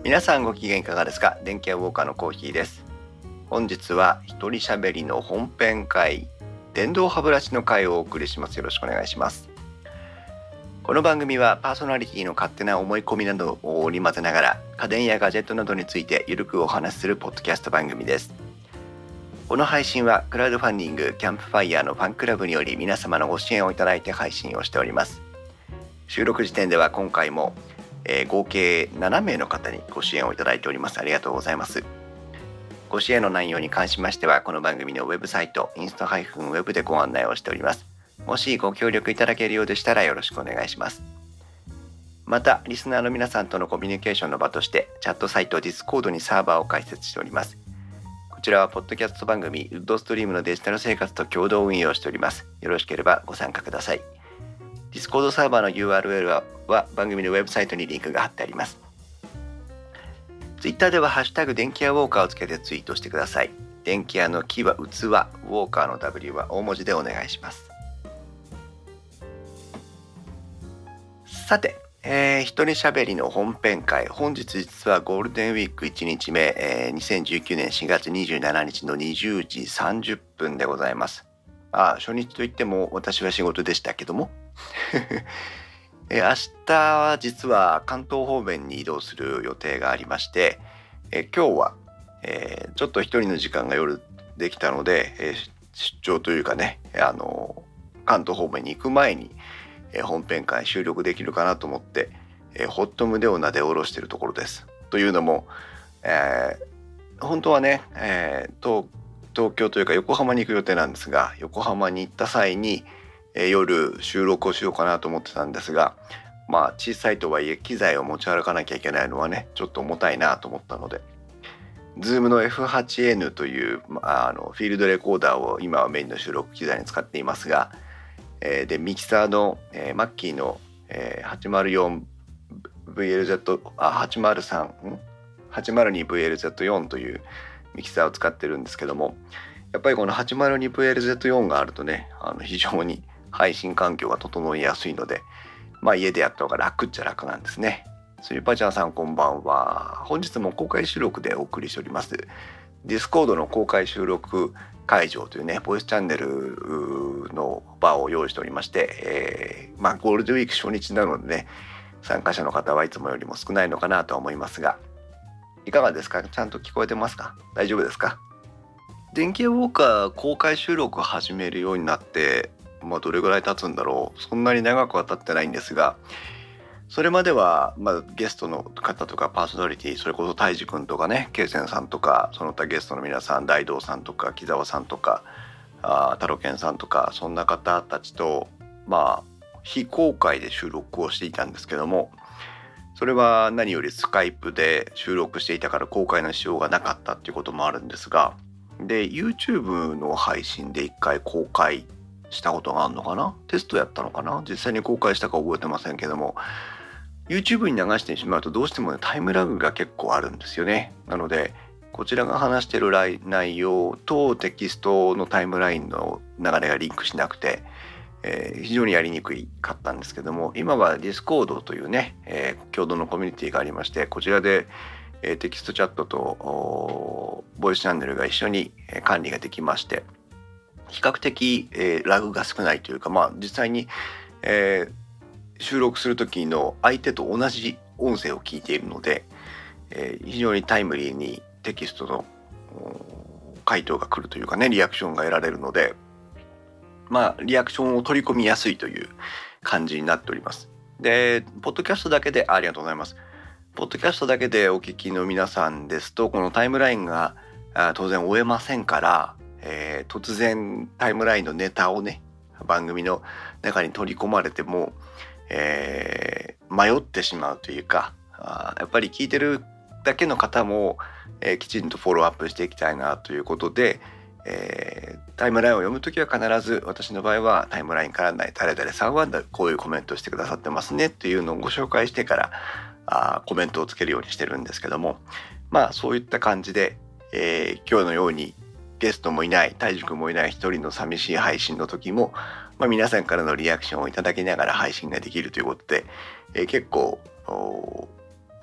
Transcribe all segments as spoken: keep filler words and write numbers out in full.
皆さんご機嫌いかがですか？電気屋ウォーカーのコーヒーです。本日は一人喋りの本編会、電動歯ブラシの会をお送りします。よろしくお願いします。この番組はパーソナリティの勝手な思い込みなどを織り交ぜながら、家電やガジェットなどについてゆるくお話しするポッドキャスト番組です。この配信はクラウドファンディングキャンプファイヤーのファンクラブにより皆様のご支援をいただいて配信をしております。収録時点では今回も、えー、合計ななめいの方にご支援をいただいております。ありがとうございます。ご支援の内容に関しましては、この番組のウェブサイトインスタ -web でご案内をしております。もしご協力いただけるようでしたらよろしくお願いします。またリスナーの皆さんとのコミュニケーションの場としてチャットサイト Discord にサーバーを開設しております。こちらはポッドキャスト番組ウッドストリームのデジタル生活と共同運用しております。よろしければご参加ください。Discord サーバーの ユーアールエル は, は番組のウェブサイトにリンクが貼ってあります。Twitter ではハッシュタグ電気屋ウォーカーをつけてツイートしてください。電気屋の木は器、ウォーカーの W は大文字でお願いします。さて、えー、一人喋りの本編会、本日実はゴールデンウィークいちにちめ、えー、にせんじゅうきゅうねんしがつにじゅうしちにちのにじゅうじさんじゅっぷんでございます。あ、初日といっても私は仕事でしたけどもえ明日は実は関東方面に移動する予定がありまして、え今日は、えー、ちょっと一人の時間が夜できたので、えー、出張というかね、あの関東方面に行く前に、えー、本編会収録できるかなと思って、えー、ホットムでをなで下ろしているところです。というのも、えー、本当はね、えー、東東京というか横浜に行く予定なんですが、横浜に行った際に、えー、夜収録をしようかなと思ってたんですが、まあ小さいとはいえ機材を持ち歩かなきゃいけないのはねちょっと重たいなと思ったので、 Zoom の エフはちエヌ という、まあ、あのフィールドレコーダーを今はメインの収録機材に使っていますが、えー、でミキサーの、えー、マッキーの、えー、はちまるよんブイエルゼット あ はちまるさん ん はちまるにブイエルゼットよん というミキサーを使ってるんですけども、やっぱりこの はちまるにブイエルゼットよん があるとね、あの非常に配信環境が整いやすいので、まあ家でやった方が楽っちゃ楽なんですね。スリパちゃんさんこんばんは。本日も公開収録でお送りしております。Discord の公開収録会場というね、ボイスチャンネルの場を用意しておりまして、えー、まあゴールデンウィーク初日なのでね、参加者の方はいつもよりも少ないのかなとは思いますが、いかがですか？ちゃんと聞こえてますか？大丈夫ですか？電気屋ウォーカー公開収録を始めるようになって、まあどれぐらい経つんだろう。そんなに長くは経ってないんですが、それまでは、まあ、ゲストの方とかパーソナリティ、それこそ泰治くんとかね、ケイセンさんとか、その他ゲストの皆さん、大道さんとか木澤さんとか、あ太郎健さんとか、そんな方たちとまあ非公開で収録をしていたんですけども、それは何よりスカイプで収録していたから公開のしようがなかったっていうこともあるんですが、で YouTube の配信で一回公開したことがあるのかな、テストやったのかな、実際に公開したか覚えてませんけども、 YouTube に流してしまうとどうしても、ね、タイムラグが結構あるんですよね。なのでこちらが話している内容とテキストのタイムラインの流れがリンクしなくて、えー、非常にやりにくかったんですけども、今は Discord というね、えー、共同のコミュニティがありまして、こちらで、えー、テキストチャットとボイスチャンネルが一緒に管理ができまして、比較的、えー、ラグが少ないというか、まあ実際に、えー、収録する時の相手と同じ音声を聞いているので、えー、非常にタイムリーにテキストの回答が来るというかね、リアクションが得られるので、まあリアクションを取り込みやすいという感じになっております。で、ポッドキャストだけで、ありがとうございます。ポッドキャストだけでお聞きの皆さんですと、このタイムラインが当然追えませんから、えー、突然タイムラインのネタをね、番組の中に取り込まれても、えー、迷ってしまうというか、あやっぱり聞いてるだけの方も、えー、きちんとフォローアップしていきたいなということで、えー、タイムラインを読むときは必ず、私の場合はタイムラインから誰々さんはこういうコメントしてくださってますねっていうのをご紹介してからあコメントをつけるようにしてるんですけども、まあそういった感じで、えー、今日のようにゲストもいない、泰治君もいない一人の寂しい配信の時も、まあ、皆さんからのリアクションをいただきながら配信ができるということで、えー、結構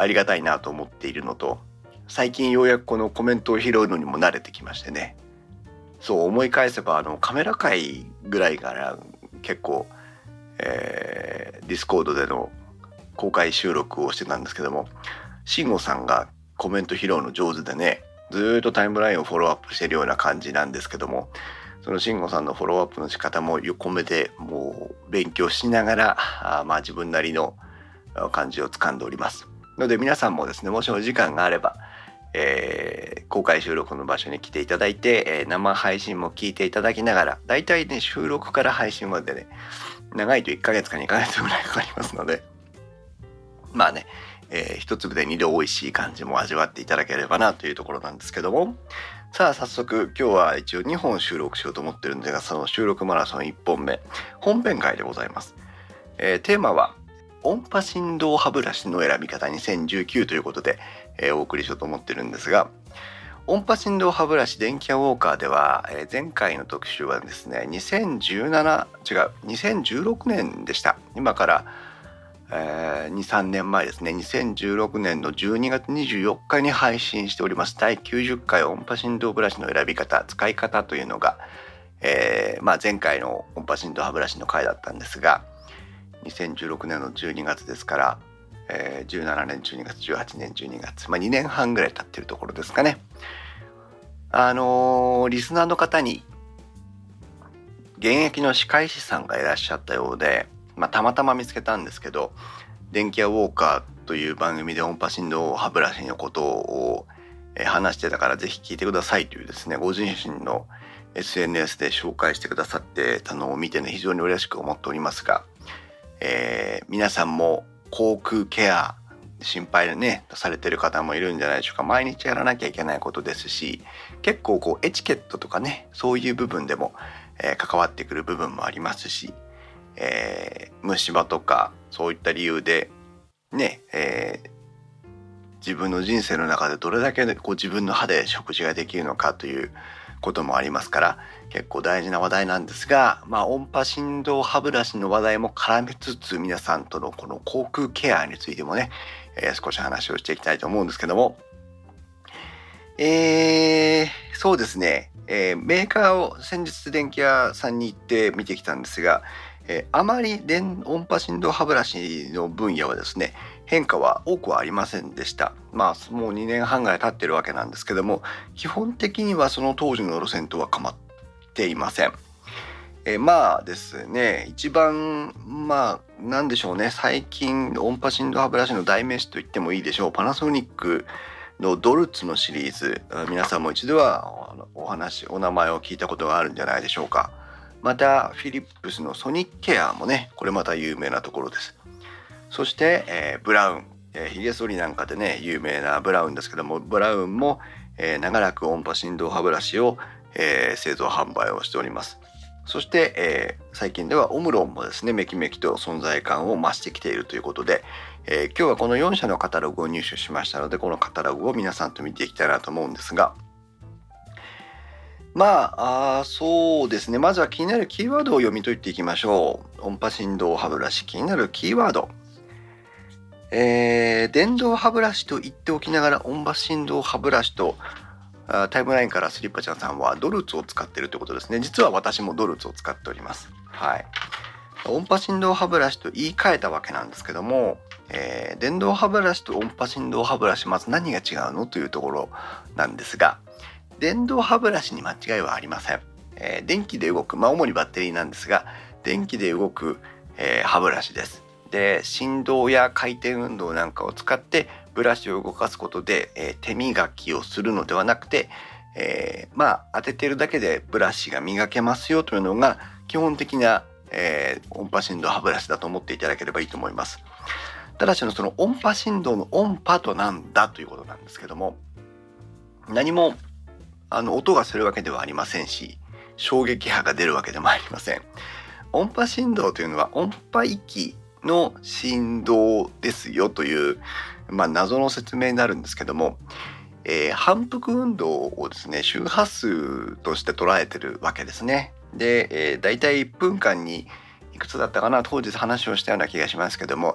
ありがたいなと思っているのと、最近ようやくこのコメントを拾うのにも慣れてきましてね。そう思い返せばあのカメラ界ぐらいから結構、えー、ディスコードでの公開収録をしてたんですけども、慎吾さんがコメント拾うの上手でね、ずーっとタイムラインをフォローアップしてるような感じなんですけども、その慎吾さんのフォローアップの仕方も横目でもう勉強しながら、あまあ自分なりの感じをつかんでおりますので、皆さんもですね、もしお時間があれば、えー、公開収録の場所に来ていただいて、えー、生配信も聞いていただきながら、だいたいね収録から配信までね、長いといっかげつかにかげつぐらいかかりますので、まあね、えー、一粒で二度美味しい感じも味わっていただければなというところなんですけども、さあ早速今日は一応にほん収録しようと思ってるんですが、その収録マラソンいっぽんめ本編会でございます。えー、テーマは音波振動歯ブラシの選び方にせんじゅうきゅうということで、えー、お送りしようと思ってるんですが、音波振動歯ブラシ電気屋ウォーカーでは、えー、前回の特集はですねにせんじゅうなな違うにせんじゅうろくねんでした。今から、えー、にさんねんまえですね、にせんじゅうろくねんのじゅうにがつにじゅうよっかに配信しておりますだいきゅうじゅっかい音波振動ブラシの選び方使い方というのが、えーまあ、前回の音波振動歯ブラシの回だったんですが、にせんじゅうろくねんのじゅうにがつですから、えー、じゅうななねんじゅうにがつじゅうはちねんじゅうにがつ、まあ、にねんはんぐらい経ってるところですかね。あのー、リスナーの方に現役の歯科医師さんがいらっしゃったようで、まあ、たまたま見つけたんですけど、電気屋ウォーカーという番組で音波振動歯ブラシのことを、えー、話してたからぜひ聞いてくださいというですね、ご自身の エスエヌエス で紹介してくださってたのを見てね、非常に嬉しく思っておりますが、えー、皆さんも口腔ケア心配でねされてる方もいるんじゃないでしょうか。毎日やらなきゃいけないことですし、結構こうエチケットとかね、そういう部分でも、えー、関わってくる部分もありますし、えー、虫歯とかそういった理由でね、えー、自分の人生の中でどれだけこう自分の歯で食事ができるのかということもありますから、結構大事な話題なんですが、まあ、音波振動歯ブラシの話題も絡めつつ、皆さんとのこの口腔ケアについてもね、えー、少し話をしていきたいと思うんですけども、えー、そうですね、えー、メーカーを先日電気屋さんに行って見てきたんですが、えー、あまり音波振動歯ブラシの分野はですね、変化は多くはありませんでした。まあもうにねんはんぐらい経ってるわけなんですけども、基本的にはその当時の路線とは変わっていません。えー、まあですね、一番まあなんでしょうね、最近音波振動歯ブラシの代名詞と言ってもいいでしょう、パナソニックのドルツのシリーズ、皆さんも一度はお話お名前を聞いたことがあるんじゃないでしょうか。またフィリップスのソニックケアもね、これまた有名なところです。そして、えー、ブラウン、えー、ヒゲ剃りなんかでね有名なブラウンですけども、ブラウンも、えー、長らく音波振動歯ブラシを、えー、製造販売をしております。そして、えー、最近ではオムロンもですねめきめきと存在感を増してきているということで、えー、今日はこのよんしゃのカタログを入手しましたので、このカタログを皆さんと見ていきたいなと思うんですが、まあ、あそうですね、まずは気になるキーワードを読み解いていきましょう。音波振動歯ブラシ、気になるキーワード、えー、電動歯ブラシと言っておきながら音波振動歯ブラシと、タイムラインからスリッパちゃんさんはドルツを使っているということですね。実は私もドルツを使っております。はい。音波振動歯ブラシと言い換えたわけなんですけども、えー、電動歯ブラシと音波振動歯ブラシ、まず何が違うのというところなんですが、電動歯ブラシに間違いはありません。えー、電気で動く、まあ主にバッテリーなんですが、電気で動く、えー、歯ブラシです。で、振動や回転運動なんかを使ってブラシを動かすことで、えー、手磨きをするのではなくて、えー、まあ当ててるだけでブラシが磨けますよというのが基本的な、えー、音波振動歯ブラシだと思っていただければいいと思います。ただしのその音波振動の音波となんだということなんですけども、何もあの音がするわけではありませんし、衝撃波が出るわけでもありません。音波振動というのは音波域の振動ですよという、まあ、謎の説明になるんですけども、えー、反復運動をですね周波数として捉えてるわけですね。で、えー、だいたいいっぷんかんにいくつだったかな、当日話をしたような気がしますけども、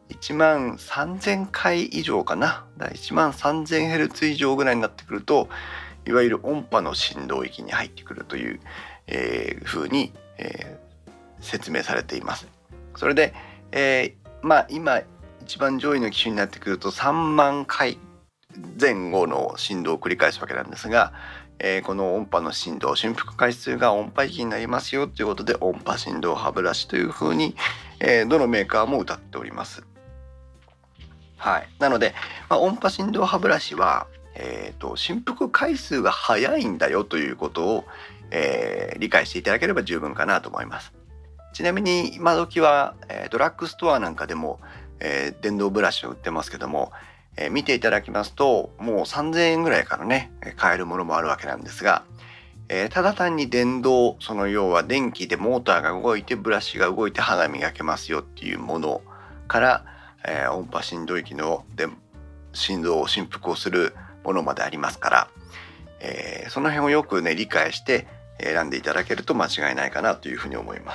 いちまんさんぜんかい以上かな、いちまんさんぜんヘルツ以上ぐらいになってくると、いわゆる音波の振動域に入ってくるという、えー、風に、えー、説明されています。それで、えー、まあ今一番上位の機種になってくるとさんまんかいぜん後の振動を繰り返すわけなんですが、えー、この音波の振動、振幅回数が音波域になりますよということで、音波振動歯ブラシというふうに、えー、どのメーカーも謳っております。はい、なので、まあ、音波振動歯ブラシは、えーと、振幅回数が速いんだよということを、えー、理解していただければ十分かなと思います。ちなみに今時は、えー、ドラッグストアなんかでも、えー、電動ブラシを売ってますけども、えー、見ていただきますともうさんぜんえんぐらいからね買えるものもあるわけなんですが、えー、ただ単に電動、その要は電気でモーターが動いてブラシが動いて歯が磨けますよっていうものから、えー、音波振動域ので振動を振幅をするものまでありますから、えー、その辺をよくね理解して選んでいただけると間違いないかなというふうに思います。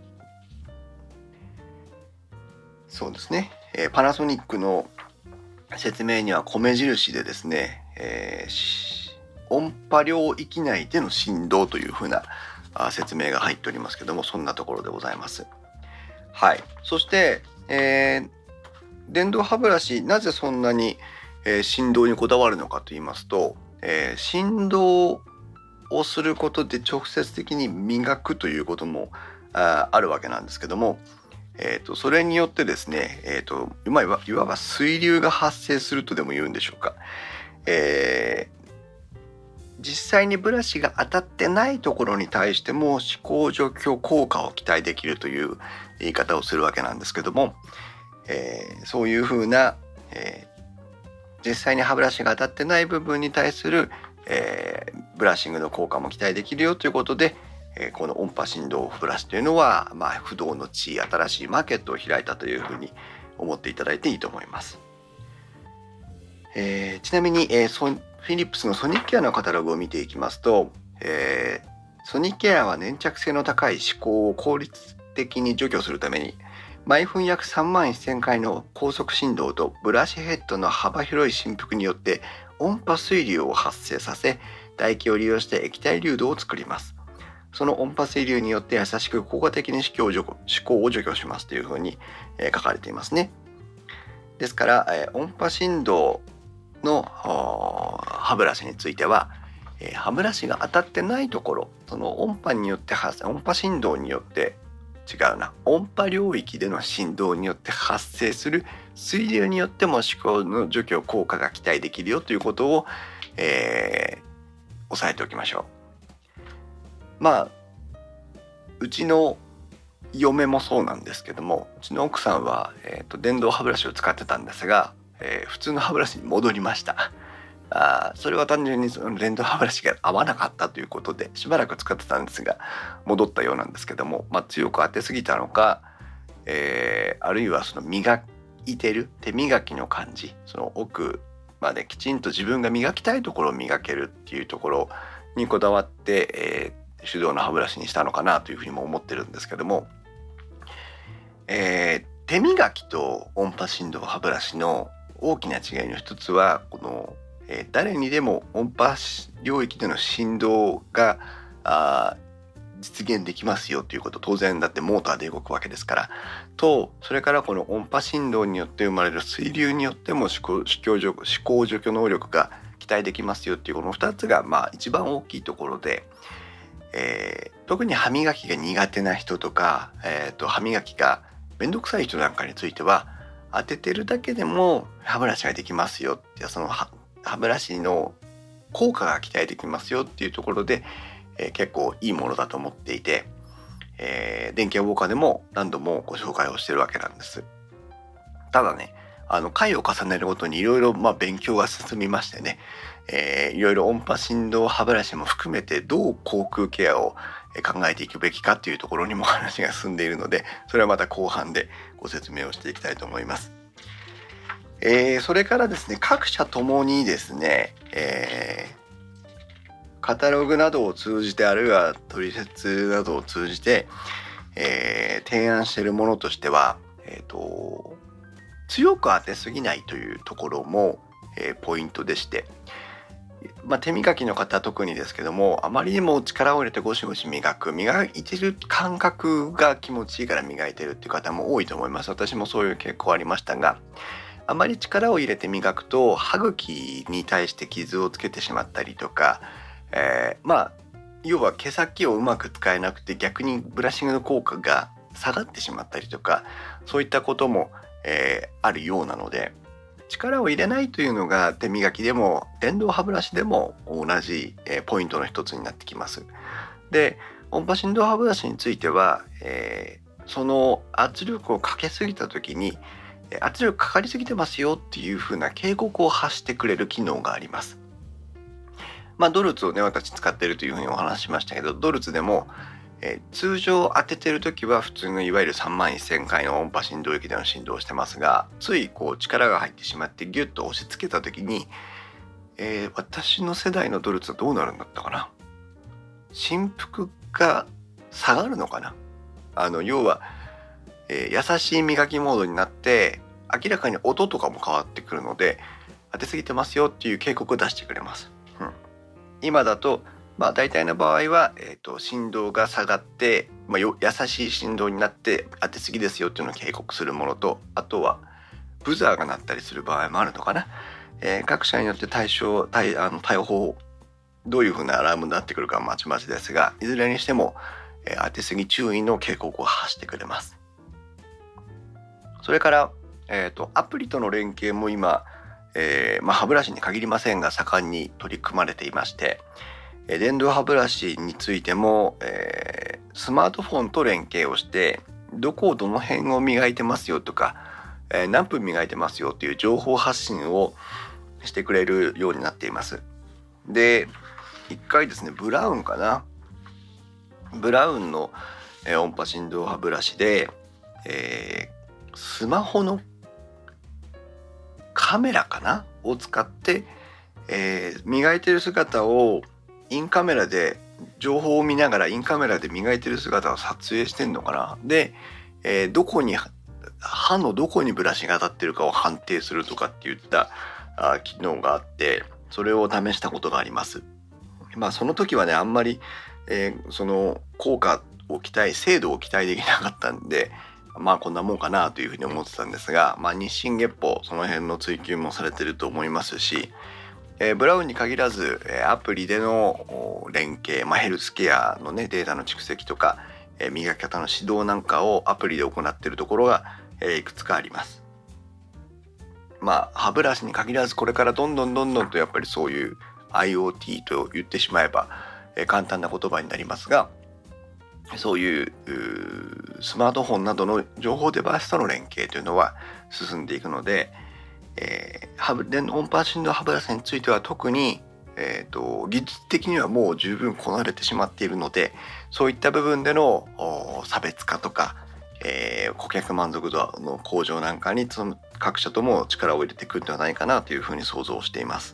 そうですね、えー、パナソニックの説明には米印でですね、えー、音波領域内での振動というふうな説明が入っておりますけども、そんなところでございます。はい。そして、えー、電動歯ブラシ、なぜそんなに、えー、振動にこだわるのかと言いますと、えー、振動をすることで直接的に磨くということも あ, あるわけなんですけども、えー、とそれによってですね、えー、といわいわば水流が発生するとでも言うんでしょうか、えー、実際にブラシが当たってないところに対しても歯垢除去効果を期待できるという言い方をするわけなんですけども、えー、そういうふうな、えー、実際に歯ブラシが当たってない部分に対する、えー、ブラッシングの効果も期待できるよということで、この音波振動ブラシというのは、まあ、不動の地、新しいマーケットを開いたというふうに思っていただいていいと思います。えー、ちなみに、えー、ソフィリップスのソニックケアのカタログを見ていきますと、えー、ソニックケアは粘着性の高い歯垢を効率的に除去するために毎分約さんまんせんかいの高速振動とブラシヘッドの幅広い振幅によって音波水流を発生させ、唾液を利用して液体流動を作ります。その音波水流によって優しく効果的に歯垢を除去、歯垢を除去しますというふうに、えー、書かれていますね。ですから、えー、音波振動の歯ブラシについては、えー、歯ブラシが当たってないところ、その音波によって発生、音波振動によって違うな、音波領域での振動によって発生する水流によっても歯垢の除去効果が期待できるよということを、えー、押さえておきましょう。まあうちの嫁もそうなんですけども、うちの奥さんは、えーと、電動歯ブラシを使ってたんですが、えー、普通の歯ブラシに戻りました。あそれは単純にその電動歯ブラシが合わなかったということでしばらく使ってたんですが戻ったようなんですけども、まあ、強く当てすぎたのか、えー、あるいはその磨いてる手磨きの感じ、その奥まできちんと自分が磨きたいところを磨けるっていうところにこだわって、えー手動の歯ブラシにしたのかなというふうにも思ってるんですけども、えー、手磨きと音波振動歯ブラシの大きな違いの一つはこの、えー、誰にでも音波領域での振動があ実現できますよということ、当然だってモーターで動くわけですからと、それからこの音波振動によって生まれる水流によっても歯垢除去能力が期待できますよっていうこのふたつがまあ一番大きいところで、えー、特に歯磨きが苦手な人とか、えー、と歯磨きがめんどくさい人なんかについては当ててるだけでも歯ブラシができますよって、その 歯, 歯ブラシの効果が期待できますよっていうところで、えー、結構いいものだと思っていて、えー、電気屋ウォーカーでも何度もご紹介をしてるわけなんです。ただね、あの回を重ねるごとにいろいろ勉強が進みましてね、えー、いろいろ音波振動歯ブラシも含めてどう口腔ケアを考えていくべきかというところにも話が進んでいるので、それはまた後半でご説明をしていきたいと思います。えー、それからですね、各社ともにですね、えー、カタログなどを通じてあるいは取説などを通じて、えー、提案しているものとしては、えーと強く当てすぎないというところも、えー、ポイントでして、まあ、手磨きの方特にですけども、あまりにも力を入れてゴシゴシ磨く磨いてる感覚が気持ちいいから磨いてるっていう方も多いと思います。私もそういう傾向ありましたが、あまり力を入れて磨くと歯茎に対して傷をつけてしまったりとか、えー、まあ要は毛先をうまく使えなくて逆にブラッシングの効果が下がってしまったりとか、そういったことも、えー、あるようなので、力を入れないというのが手磨きでも電動歯ブラシでも同じ、えー、ポイントの一つになってきます。で、音波振動歯ブラシについては、えー、その圧力をかけすぎた時に圧力かかりすぎてますよっていう風な警告を発してくれる機能があります。まあドルツをね、私使っているというふうにお話ししましたけど、ドルツでも、えー、通常当ててる時は普通のいわゆるさんまんせんかいの音波振動域での振動をしてますが、ついこう力が入ってしまってギュッと押し付けた時に、えー、私の世代のドルツはどうなるんだったかな、振幅が下がるのかな、あの要はえー、優しい磨きモードになって明らかに音とかも変わってくるので、当てすぎてますよっていう警告を出してくれます。うん、今だと、まあ、大体の場合は、えーと、振動が下がって、まあ、よ優しい振動になって当てすぎですよっていうのを警告するものと、あとはブザーが鳴ったりする場合もあるのかな。えー、各社によって対象対あの対応法どういう風なアラームになってくるかはまちまちですが、いずれにしても、えー、当てすぎ注意の警告を発してくれます。それから、えーと、アプリとの連携も今、えーまあ、歯ブラシに限りませんが盛んに取り組まれていまして、えー、電動歯ブラシについても、えー、スマートフォンと連携をしてどこをどの辺を磨いてますよとか、えー、何分磨いてますよという情報発信をしてくれるようになっています。で、一回ですね、ブラウンかなブラウンの、えー、音波振動歯ブラシで、えースマホのカメラかなを使って、えー、磨いてる姿をインカメラで情報を見ながらインカメラで磨いてる姿を撮影してんのかな。で、えー、どこに歯のどこにブラシが当たってるかを判定するとかっていったあ機能があって、それを試したことがあります。まあその時はね、あんまり、えー、その効果を期待精度を期待できなかったんで、まあこんなもんかなというふうに思ってたんですが、まあ、日進月歩その辺の追求もされてると思いますし、えー、ブラウンに限らず、えー、アプリでの連携、まあ、ヘルスケアの、ね、データの蓄積とか、えー、磨き方の指導なんかをアプリで行っているところが、えー、いくつかあります。まあ歯ブラシに限らずこれからどんどんどんどんとやっぱりそういう IoT と言ってしまえば、えー、簡単な言葉になりますが、そういうスマートフォンなどの情報デバイスとの連携というのは進んでいくので、えー、電音波振動歯ブラシについては特に、えーと、技術的にはもう十分こなれてしまっているので、そういった部分での差別化とか、えー、顧客満足度の向上なんかにその各社とも力を入れてくるんではないかなというふうに想像しています。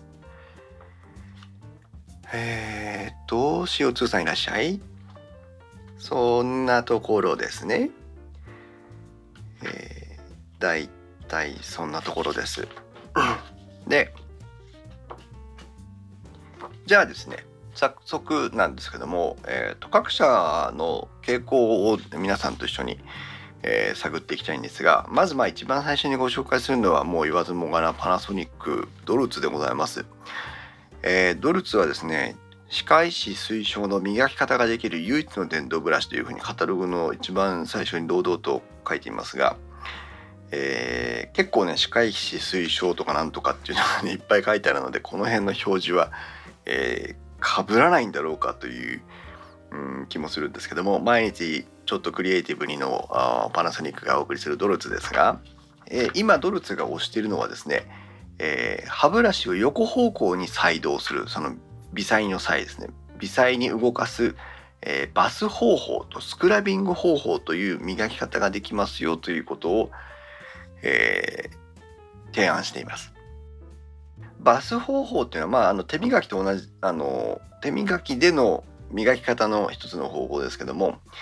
えーと シーオーツー さんいらっしゃい。そんなところですね。えー、だいたいそんなところです。で、じゃあですね、早速なんですけども、えーと、各社の傾向を皆さんと一緒に、えー、探っていきたいんですが、まずまあ一番最初にご紹介するのはもう言わずもがなパナソニックドルツでございます。えー、ドルツはですね、歯科医師推奨の磨き方ができる唯一の電動ブラシというふうにカタログの一番最初に堂々と書いていますが、えー、結構ね、歯科医師推奨とかなんとかっていうのがねいっぱい書いてあるので、この辺の表示は、えー、被らないんだろうかという、うん、気もするんですけども、毎日ちょっとクリエイティブにのあパナソニックがお送りするドルツですが、えー、今ドルツが推しているのはですね、えー、歯ブラシを横方向に細動する、その微細の際ですね、微細に動かす、えー、バス方法とスクラビング方法という磨き方ができますよということを、えー、提案しています。バス方法っていうのは、まあ、あの手磨きと同じあの手磨きでの磨き方の一つの方法ですけども、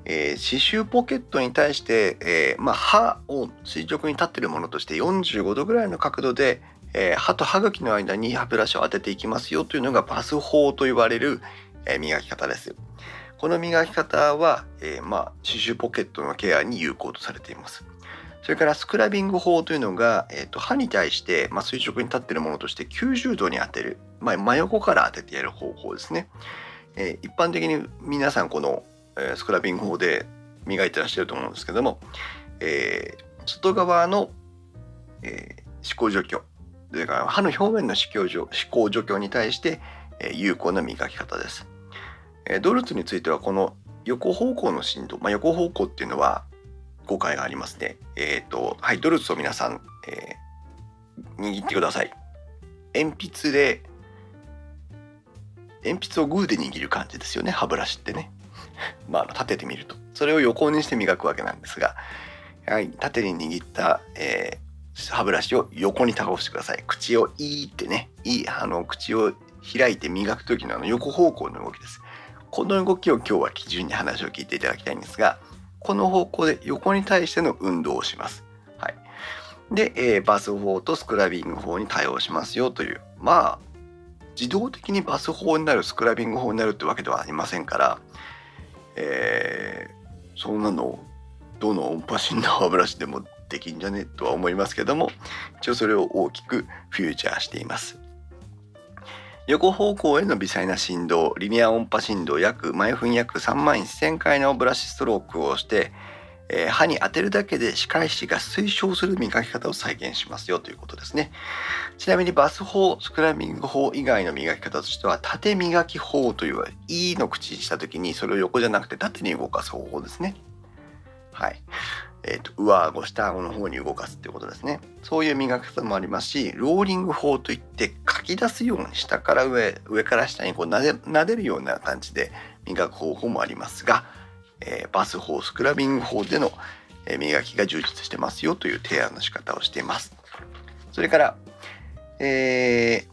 えー、刺繍ポケットに対して、えーまあ、刃を垂直に立っているものとしてよんじゅうごどぐらいの角度で、えー、刃と歯茎の間に歯ブラシを当てていきますよというのがバス法と言われる、えー、磨き方です。この磨き方は、えーまあ、刺繍ポケットのケアに有効とされています。それからスクラビング法というのが、えー、と歯に対して、まあ、垂直に立っているものとしてきゅうじゅうどに当てる、まあ、真横から当ててやる方法ですね。えー、一般的に皆さんこのスクラビング法で磨いてらっしゃると思うんですけども、えー、外側の、えー、歯垢除去、それから歯の表面の歯垢除歯垢除去に対して、えー、有効な磨き方です。えー、ドルツについてはこの横方向の振動、まあ、横方向っていうのは誤解がありますね。えっと、はい、ドルツを皆さん、えー、握ってください。鉛筆で鉛筆をグーで握る感じですよね、歯ブラシってね。まあ、立ててみるとそれを横にして磨くわけなんですが、はい、縦に握った、えー、歯ブラシを横に倒してください。口をいーってね、いいあの口を開いて磨く時のあの横方向の動きです。この動きを今日は基準に話を聞いていただきたいんですが、この方向で横に対しての運動をします。はい、で、えー、バス法とスクラビング法に対応しますよという、まあ自動的にバス法になるスクラビング法になるってわけではありませんから、えー、そんなのどの音波振動歯ブラシでもできんじゃねとは思いますけども、一応それを大きくフューチャーしています。横方向への微細な振動、リニア音波振動約毎分約さんまんせんかいのブラシストロークをして、えー、歯に当てるだけで歯科医師が推奨する磨き方を再現しますよということですね。ちなみにバス法、スクラビング法以外の磨き方としては縦磨き法という E の口にした時にそれを横じゃなくて縦に動かす方法ですね。はい。えっと、上顎、下顎の方に動かすっていうことですね。そういう磨き方もありますし、ローリング法といってかき出すように下から上、上から下にこう撫で、撫でるような感じで磨く方法もありますが、えー、バス法、スクラビング法での、えー、磨きが充実してますよという提案の仕方をしています。それから、えー、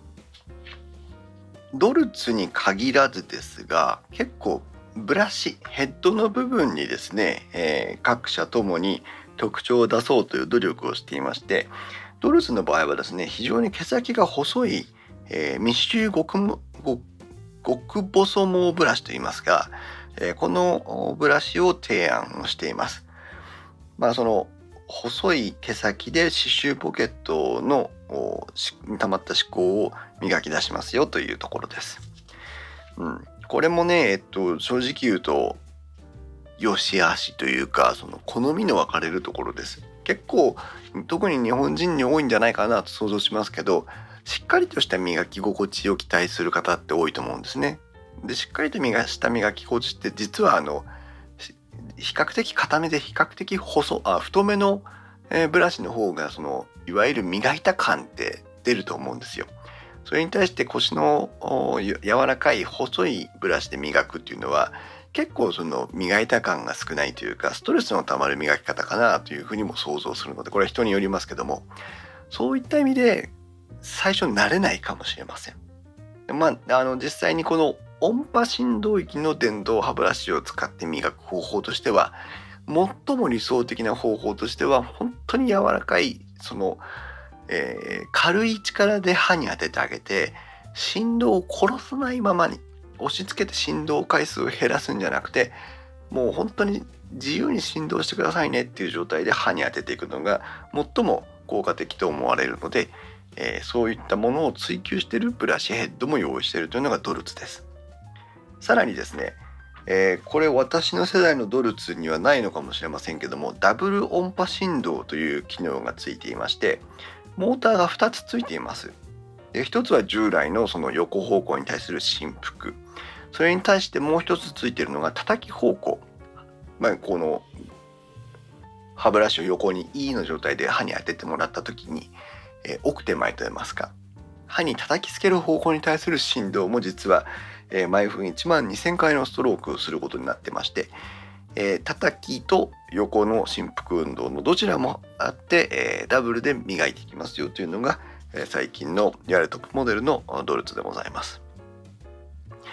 ドルツに限らずですが、結構ブラシ、ヘッドの部分にですね、えー、各社ともに特徴を出そうという努力をしていまして、ドルツの場合はですね、非常に毛先が細い、えー、密集極、極細毛ブラシといいますが、えー、このブラシを提案をしています。まあその細い毛先で歯周ポケットのに溜まった歯垢を磨き出しますよというところです。うん、これもね、えっと正直言うと良し悪しというか、その好みの分かれるところです。結構特に日本人に多いんじゃないかなと想像しますけど、しっかりとした磨き心地を期待する方って多いと思うんですね。で、しっかりとした磨き心地って実はあの比較的固めで比較的細あ太めの、えー、ブラシの方がそのいわゆる磨いた感って出ると思うんですよ。それに対して腰の柔らかい細いブラシで磨くっていうのは結構その磨いた感が少ないというか、ストレスのたまる磨き方かなというふうにも想像するので、これは人によりますけども、そういった意味で最初慣れないかもしれません。まあ、あの実際にこの音波振動域の電動歯ブラシを使って磨く方法としては、最も理想的な方法としては本当に柔らかいその、えー、軽い力で歯に当ててあげて、振動を殺さないままに押し付けて振動回数を減らすんじゃなくて、もう本当に自由に振動してくださいねっていう状態で歯に当てていくのが最も効果的と思われるので、えー、そういったものを追求しているブラシヘッドも用意しているというのがドルツです。さらにですね、えー、これ私の世代のドルツにはないのかもしれませんけども、ダブル音波振動という機能がついていまして、モーターがふたつついています。で、ひとつは従来のその横方向に対する振幅、それに対してもう一つついているのが叩き方向、まあ、この歯ブラシを横に E の状態で歯に当ててもらった時に、えー、奥手前と言いますか、歯に叩きつける方向に対する振動も実は、えー、毎分いちまんにせんかいのストロークをすることになってまして、えー、叩きと横の振幅運動のどちらもあって、えー、ダブルで磨いていきますよというのが、えー、最近のいわゆるトップモデルのドルツでございます。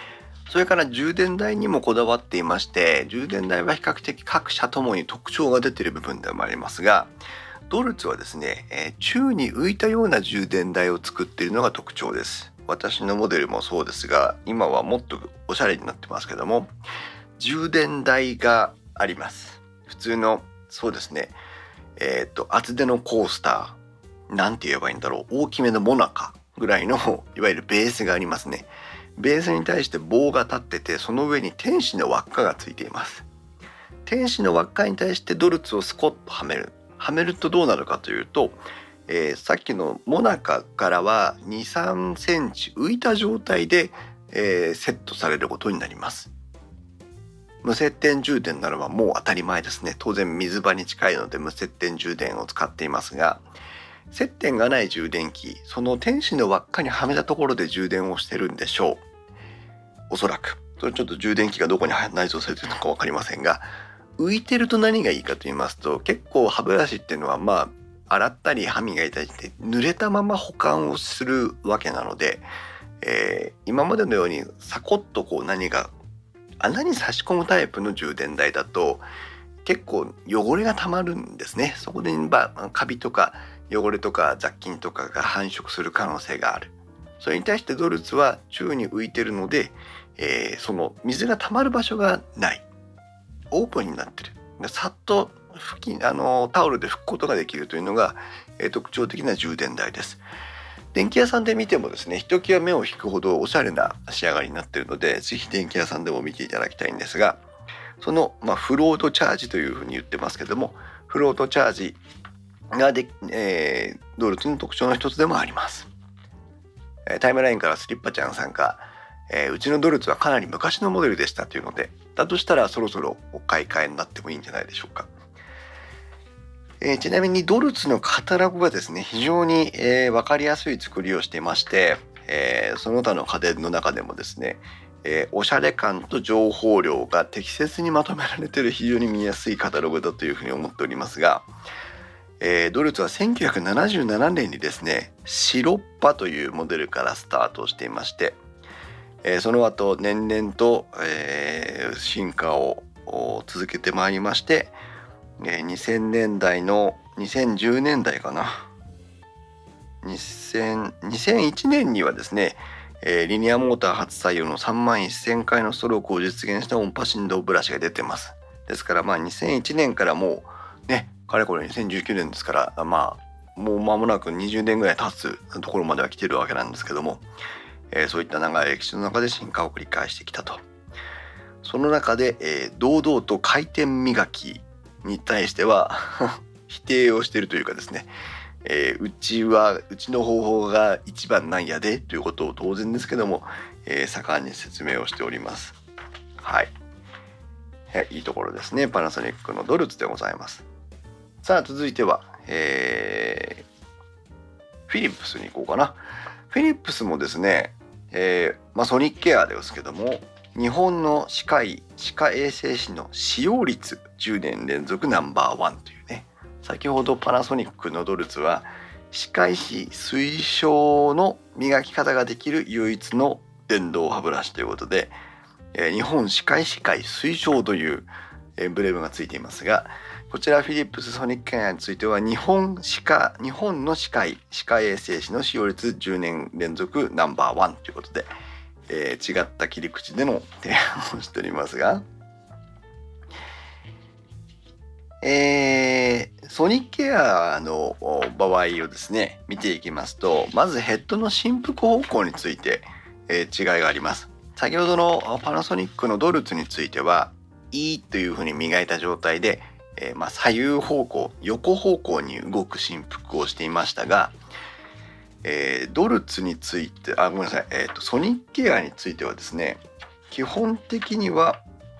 それから充電台にもこだわっていまして、充電台は比較的各社ともに特徴が出ている部分でもありますが、ドルツはですね、えー、宙に浮いたような充電台を作っているのが特徴です。私のモデルもそうですが、今はもっとおしゃれになってますけども、充電台があります。普通の、そうですね、えっと、厚手のコースター、なんて言えばいいんだろう、大きめのモナカぐらいの、いわゆるベースがありますね。ベースに対して棒が立ってて、その上に天使の輪っかがついています。天使の輪っかに対してドルツをスコッとはめる。はめるとどうなるかというと、えー、さっきのモナカからはに、さんセンチ浮いた状態で、えー、セットされることになります。無接点充電なのはもう当たり前ですね。当然水場に近いので無接点充電を使っていますが、接点がない充電器、その天使の輪っかにはめたところで充電をしてるんでしょう。おそらく。それちょっと充電器がどこに内蔵されているのか分かりませんが、浮いてると何がいいかと言いますと、結構歯ブラシっていうのはまあ洗ったり歯磨いたりして濡れたまま保管をするわけなので、えー、今までのようにサコッとこう何が穴に差し込むタイプの充電台だと結構汚れがたまるんですね。そこで、まあ、カビとか汚れとか雑菌とかが繁殖する可能性がある。それに対してドルツは宙に浮いてるので、えー、その水がたまる場所がない。オープンになってる。さっと拭きあのタオルで拭くことができるというのが、えー、特徴的な充電台です。電気屋さんで見てもですね、ひときわ目を引くほどおしゃれな仕上がりになっているので、ぜひ電気屋さんでも見ていただきたいんですが、その、まあ、フロートチャージというふうに言ってますけども、フロートチャージがで、えー、ドルツの特徴の一つでもあります。タイムラインからスリッパちゃんさんが、えー、うちのドルツはかなり昔のモデルでしたというので、だとしたらそろそろお買い替えになってもいいんじゃないでしょうか。えー、ちなみにドルツのカタログがですね、非常に、えー、分かりやすい作りをしていまして、えー、その他の家電の中でもですね、えー、おしゃれ感と情報量が適切にまとめられている非常に見やすいカタログだというふうに思っておりますが、えー、ドルツはせんきゅうひゃくななじゅうななねんにですね、シロッパというモデルからスタートしていまして、えー、その後年々と、えー、進化を続けてまいりまして、えー、にせんねんだいのにせんじゅうねんだいかなにせん、にせんいちねんにはですね、えー、リニアモーター初採用のさんまんせんかいのストロークを実現した音波振動ブラシが出てます。ですからまあにせんいちねんからもうね、かれこれにせんじゅうきゅうねんですから、まあもう間もなくにじゅうねんぐらい経つところまでは来てるわけなんですけども、えー、そういった長い歴史の中で進化を繰り返してきたと。その中で、えー、堂々と回転磨きに対しては否定をしているというかですね、えー、うちはうちの方法が一番なんやでということを当然ですけども、えー、盛んに説明をしております。はい、いいところですね。パナソニックのドルツでございます。さあ続いては、えー、フィリップスに行こうかな。フィリップスもですね、えーまあ、ソニックケアですけども、日本の歯科医歯科衛生士の使用率じゅうねん連続ナンバーワンというね、先ほどパナソニックのドルツは歯科医師推奨の磨き方ができる唯一の電動歯ブラシということで、えー、日本歯科医師会推奨というエンブレムがついていますが、こちらフィリップスソニックケアについては日本歯科日本の歯科医歯科衛生士の使用率じゅうねん連続ナンバーワンということで、えー、違った切り口での提案をしておりますが、えー、ソニックケアの場合をですね見ていきますと、まずヘッドの振幅方向について、えー、違いがあります。先ほどのパナソニックのドルツについては E というふうに磨いた状態で、えーまあ、左右方向横方向に動く振幅をしていましたが、えー、ドルツについてあごめんなさい、えーと、ソニックケアについてはですね、基本的には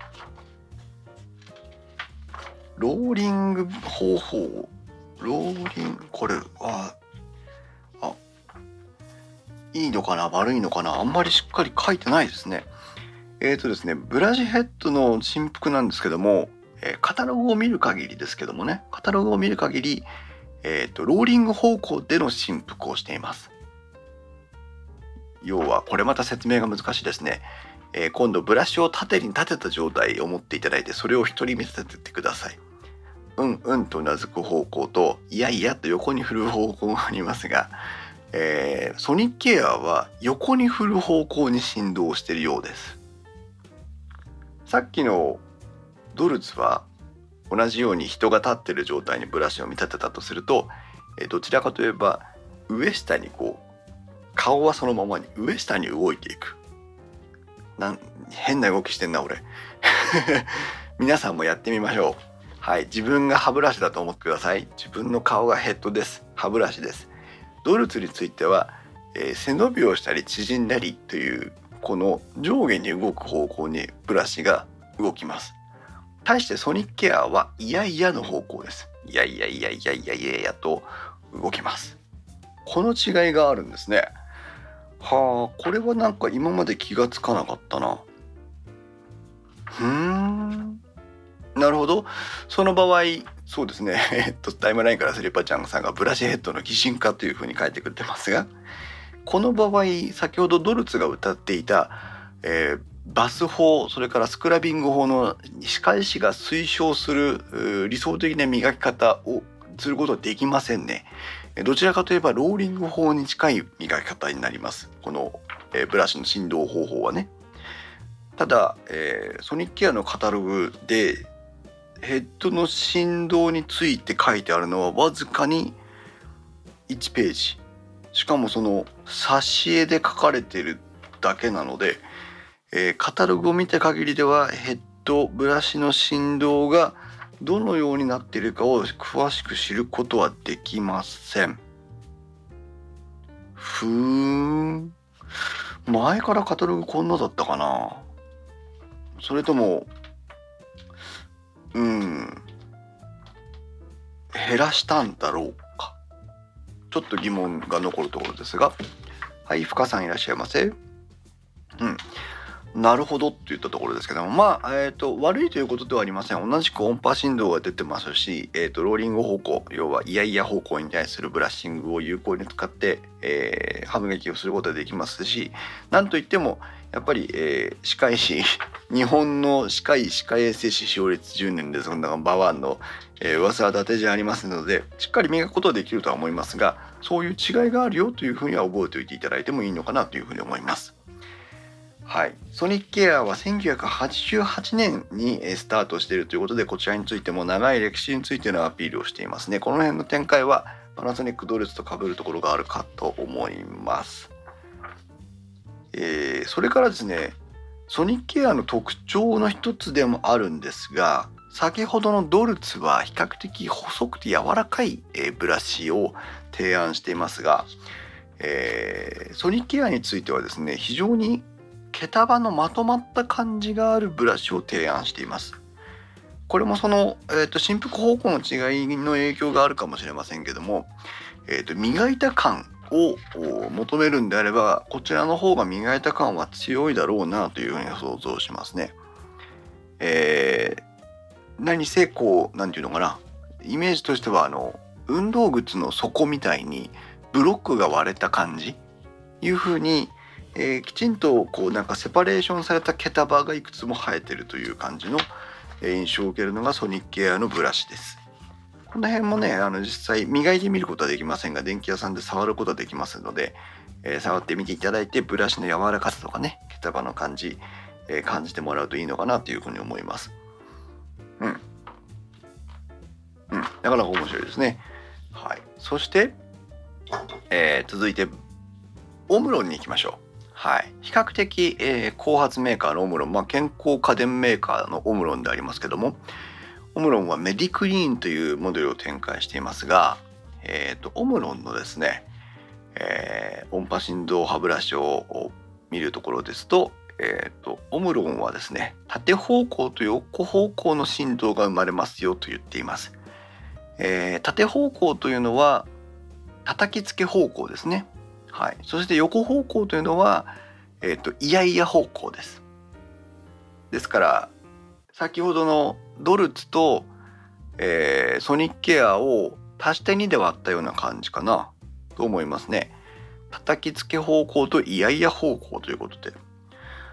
ローリング方法ローリングこれはあいいのかな悪いのかな、あんまりしっかり書いてないですね。えーとですねブラシヘッドの振幅なんですけども、えー、カタログを見る限りですけどもねカタログを見る限りえーと、ローリング方向での振幅をしています。要はこれまた説明が難しいですね。 えー、今度ブラシを縦に立てた状態を持っていただいて、それを一人見立ててください。うんうんとうなずく方向と、いやいやと横に振る方向がありますが、えー、ソニックエアは横に振る方向に振動しているようです。さっきのドルツは同じように人が立っている状態にブラシを見立てたとすると、えー、どちらかといえば上下にこう顔はそのままに上下に動いていく。なん変な動きしてんな俺皆さんもやってみましょう。はい、自分が歯ブラシだと思ってください。自分の顔がヘッドです。歯ブラシです。ドルツについては、えー、背伸びをしたり縮んだりというこの上下に動く方向にブラシが動きます。対してソニックエアはいやいやの方向です。いやいやいやいやいやいやいやと動きます。この違いがあるんですね。はあ、これはなんか今まで気がつかなかったな。ふーん。なるほど。その場合、そうですね。えっと、タイムラインからスリッパちゃんさんがブラシヘッドの擬人化というふうに書いてくれてますが、この場合、先ほどドルツが歌っていた、えー、バス法、それからスクラビング法の歯科医師が推奨する理想的な磨き方をすることはできませんね。どちらかといえばローリング法に近い磨き方になります。この、えー、ブラシの振動方法はね。ただ、えー、ソニックエアのカタログでヘッドの振動について書いてあるのはわずかにいちページ。しかもその挿絵で書かれているだけなので、えー、カタログを見た限りではヘッドブラシの振動がどのようになっているかを詳しく知ることはできません。ふーん。前からカタログこんなだったかな。それともうん減らしたんだろうか。ちょっと疑問が残るところですが、はい、深さんいらっしゃいませ。うんなるほどって言ったところですけども、まあ、えーと、悪いということではありません。同じく音波振動が出てますし、えーと、ローリング方向、要はイヤイヤ方向に対するブラッシングを有効に使って、えー、歯磨きをすることができますし、なんといっても、やっぱり、えー、歯科医師、日本の歯科医歯科衛生士使用率じゅうねんで、そんなバワンの、えー、噂は伊達じゃありますので、しっかり磨くことはできるとは思いますが、そういう違いがあるよというふうには覚えておいていただいてもいいのかなというふうに思います。はい、ソニックエアはせんきゅうひゃくはちじゅうはちねんにスタートしているということで、こちらについても長い歴史についてのアピールをしていますね。この辺の展開はパナソニックドルツと被るところがあるかと思います。えー、それからですね、ソニックエアの特徴の一つでもあるんですが、先ほどのドルツは比較的細くて柔らかいブラシを提案していますが、えー、ソニックエアについてはですね、非常に毛束のまとまった感じがあるブラシを提案しています。これもその、えーと、振幅方向の違いの影響があるかもしれませんけども、えーと、磨いた感を求めるんであれば、こちらの方が磨いた感は強いだろうなというふうに想像しますね。えー、何せこう、なんていうのかな、イメージとしてはあの運動靴の底みたいにブロックが割れた感じいうふうに、えー、きちんとこうなんかセパレーションされた毛束がいくつも生えてるという感じの印象を受けるのがソニックエアのブラシです。この辺もね、あの実際磨いてみることはできませんが、電気屋さんで触ることはできますので、えー、触ってみていただいて、ブラシの柔らかさとかね、毛束の感じ、えー、感じてもらうといいのかなというふうに思います。うん。うん、なかなか面白いですね。はい。そして、えー、続いてオムロンに行きましょう。はい、比較的、えー、後発メーカーのオムロン、まあ、健康家電メーカーのオムロンでありますけども、オムロンはメディクリーンというモデルを展開していますが、えーと、オムロンのですね、えー、音波振動歯ブラシを見るところですと、えーと、オムロンはですね、縦方向と横方向の振動が生まれますよと言っています。えー、縦方向というのは叩きつけ方向ですね。はい、そして横方向というのは、えーと、イヤイヤ方向です。ですから先ほどのドルツと、えー、ソニックエアを足してにで割ったような感じかなと思いますね。叩きつけ方向とイヤイヤ方向ということで、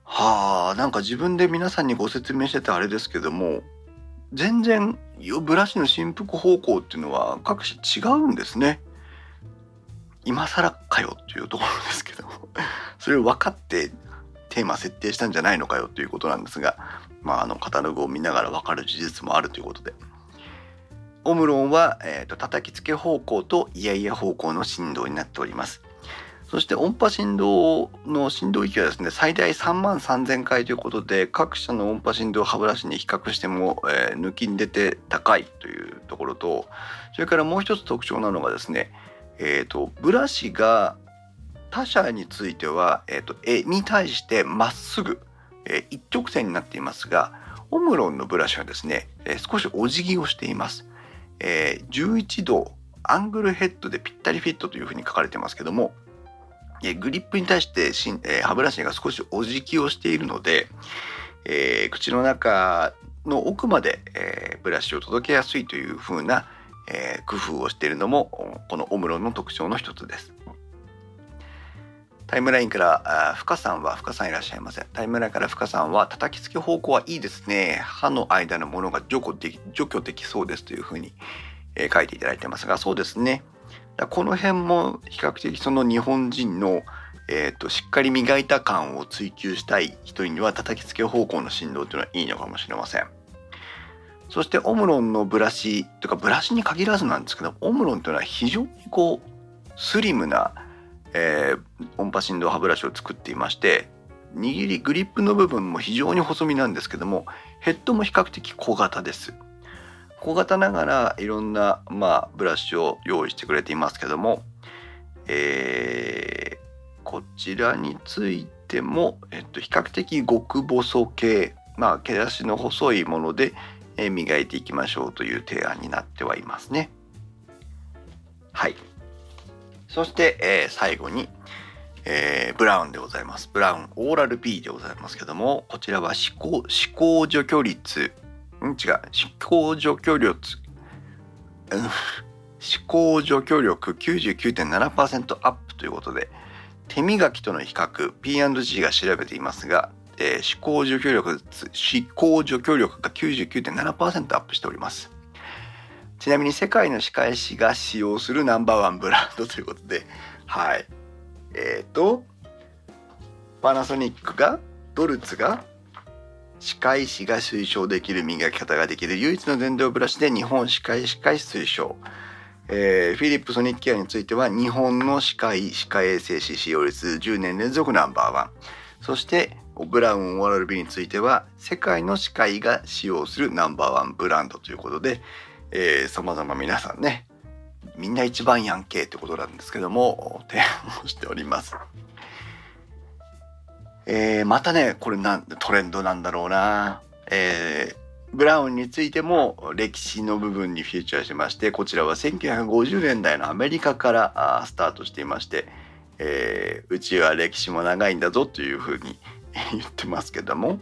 はあ、なんか自分で皆さんにご説明してたあれですけども、全然ブラシの振幅方向っていうのは各種違うんですね。今更かよっていうところですけどもそれを分かってテーマ設定したんじゃないのかよということなんですが、まあ、あのカタログを見ながら分かる事実もあるということで、オムロンは、えーと、叩きつけ方向とイヤイヤ方向の振動になっております。そして音波振動の振動域はですね、最大さんまんさんぜんかいということで、各社の音波振動歯ブラシに比較しても、えー、抜きん出て高いというところと、それからもう一つ特徴なのがですね、えーと、ブラシが他社については、えーと、絵に対してまっすぐ、えー、一直線になっていますが、オムロンのブラシはですね、えー、少しお辞儀をしています。えー、じゅういちどアングルヘッドでぴったりフィットというふうに書かれてますけども、グリップに対してしん、えー、歯ブラシが少しお辞儀をしているので、えー、口の中の奥まで、えー、ブラシを届けやすいという風な、えー、工夫をしているのもこのオムロンの特徴の一つです。タイムラインから深さんは深さんいらっしゃいませ。タイムラインから深さんは叩きつけ方向はいいですね。歯の間のものが除去でき、除去できそうですという風に、えー、書いていただいてますが、そうですね。この辺も比較的その日本人の、えーと、しっかり磨いた感を追求したい人には叩きつけ方向の振動というのはいいのかもしれません。そしてオムロンのブラシというかブラシに限らずなんですけど、オムロンというのは非常にこうスリムな、えー、音波振動歯ブラシを作っていまして、握りグリップの部分も非常に細身なんですけども、ヘッドも比較的小型です。小型ながらいろんな、まあ、ブラシを用意してくれていますけども、えー、こちらについても、えっと、比較的極細系、まあ、毛足の細いもので、えー、磨いていきましょうという提案になってはいますね。はい。そして、えー、最後に、えー、ブラウンでございます。ブラウンオーラル B でございますけども、こちらは歯垢、歯垢除去率ん違う歯垢除去率歯垢除去力 きゅうじゅうきゅうてんななパーセント アップということで、手磨きとの比較 ピーアンドジー が調べていますが、えー、歯垢除去力歯垢除去力が きゅうじゅうきゅうてんななパーセント アップしております。ちなみに世界の歯科医師が使用するナンバーワンブランドということで、はいえっ、ー、とパナソニックがドルツが歯科医師が推奨できる磨き方ができる唯一の電動ブラシで日本歯科医師会推奨、えー、フィリップソニックケアについては日本の歯科医歯科衛生士使用率じゅうねん連続ナンバーワン、そしてブラウンオーラル B については世界の歯科医が使用するナンバーワンブランドということで、えー、様々皆さんね、みんな一番やんけってことなんですけども提案をしております。えー、またねこれなんトレンドなんだろうな、えー、ブラウンについても歴史の部分にフィーチャーしまして、こちらはせんきゅうひゃくごじゅうねんだいのアメリカからスタートしていまして、えー、うちは歴史も長いんだぞというふうに言ってますけども、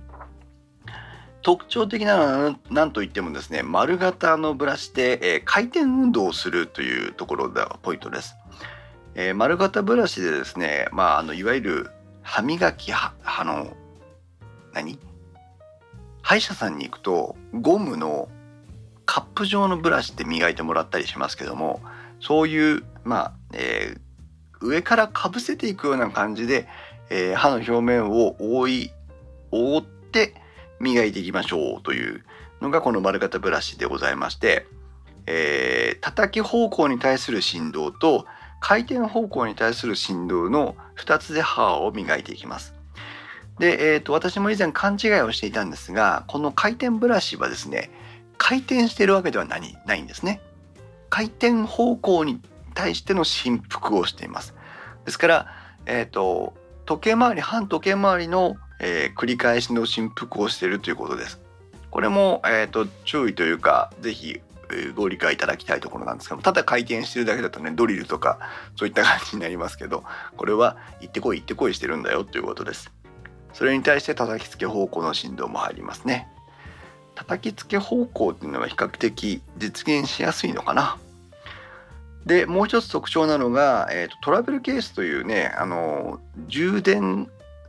特徴的なのは何といってもですね、丸型のブラシで、えー、回転運動をするというところがポイントです。えー、丸型ブラシでですね、まあ、あのいわゆる歯磨きはあの何歯医者さんに行くとゴムのカップ状のブラシって磨いてもらったりしますけども、そういうまあ、えー、上からかぶせていくような感じで、えー、歯の表面を覆い覆って磨いていきましょうというのがこの丸型ブラシでございまして、えー、叩き方向に対する振動と回転方向に対する振動のふたつで歯を磨いていきます。で、えーと、私も以前勘違いをしていたんですが、この回転ブラシはですね、回転しているわけではないないんですね。回転方向に対しての振幅をしています。ですから、えーと、時計回り、反時計回りの、えー、繰り返しの振幅をしているということです。これも、えーと、注意というか、ぜひご理解いただきたいところなんですけど、ただ回転してるだけだとね、ドリルとかそういった感じになりますけど、これは行ってこい行ってこいしてるんだよということです。それに対して叩きつけ方向の振動も入りますね。叩きつけ方向っていうのは比較的実現しやすいのかな。で、もう一つ特徴なのが、えーと、トラベルケースというね、あの充電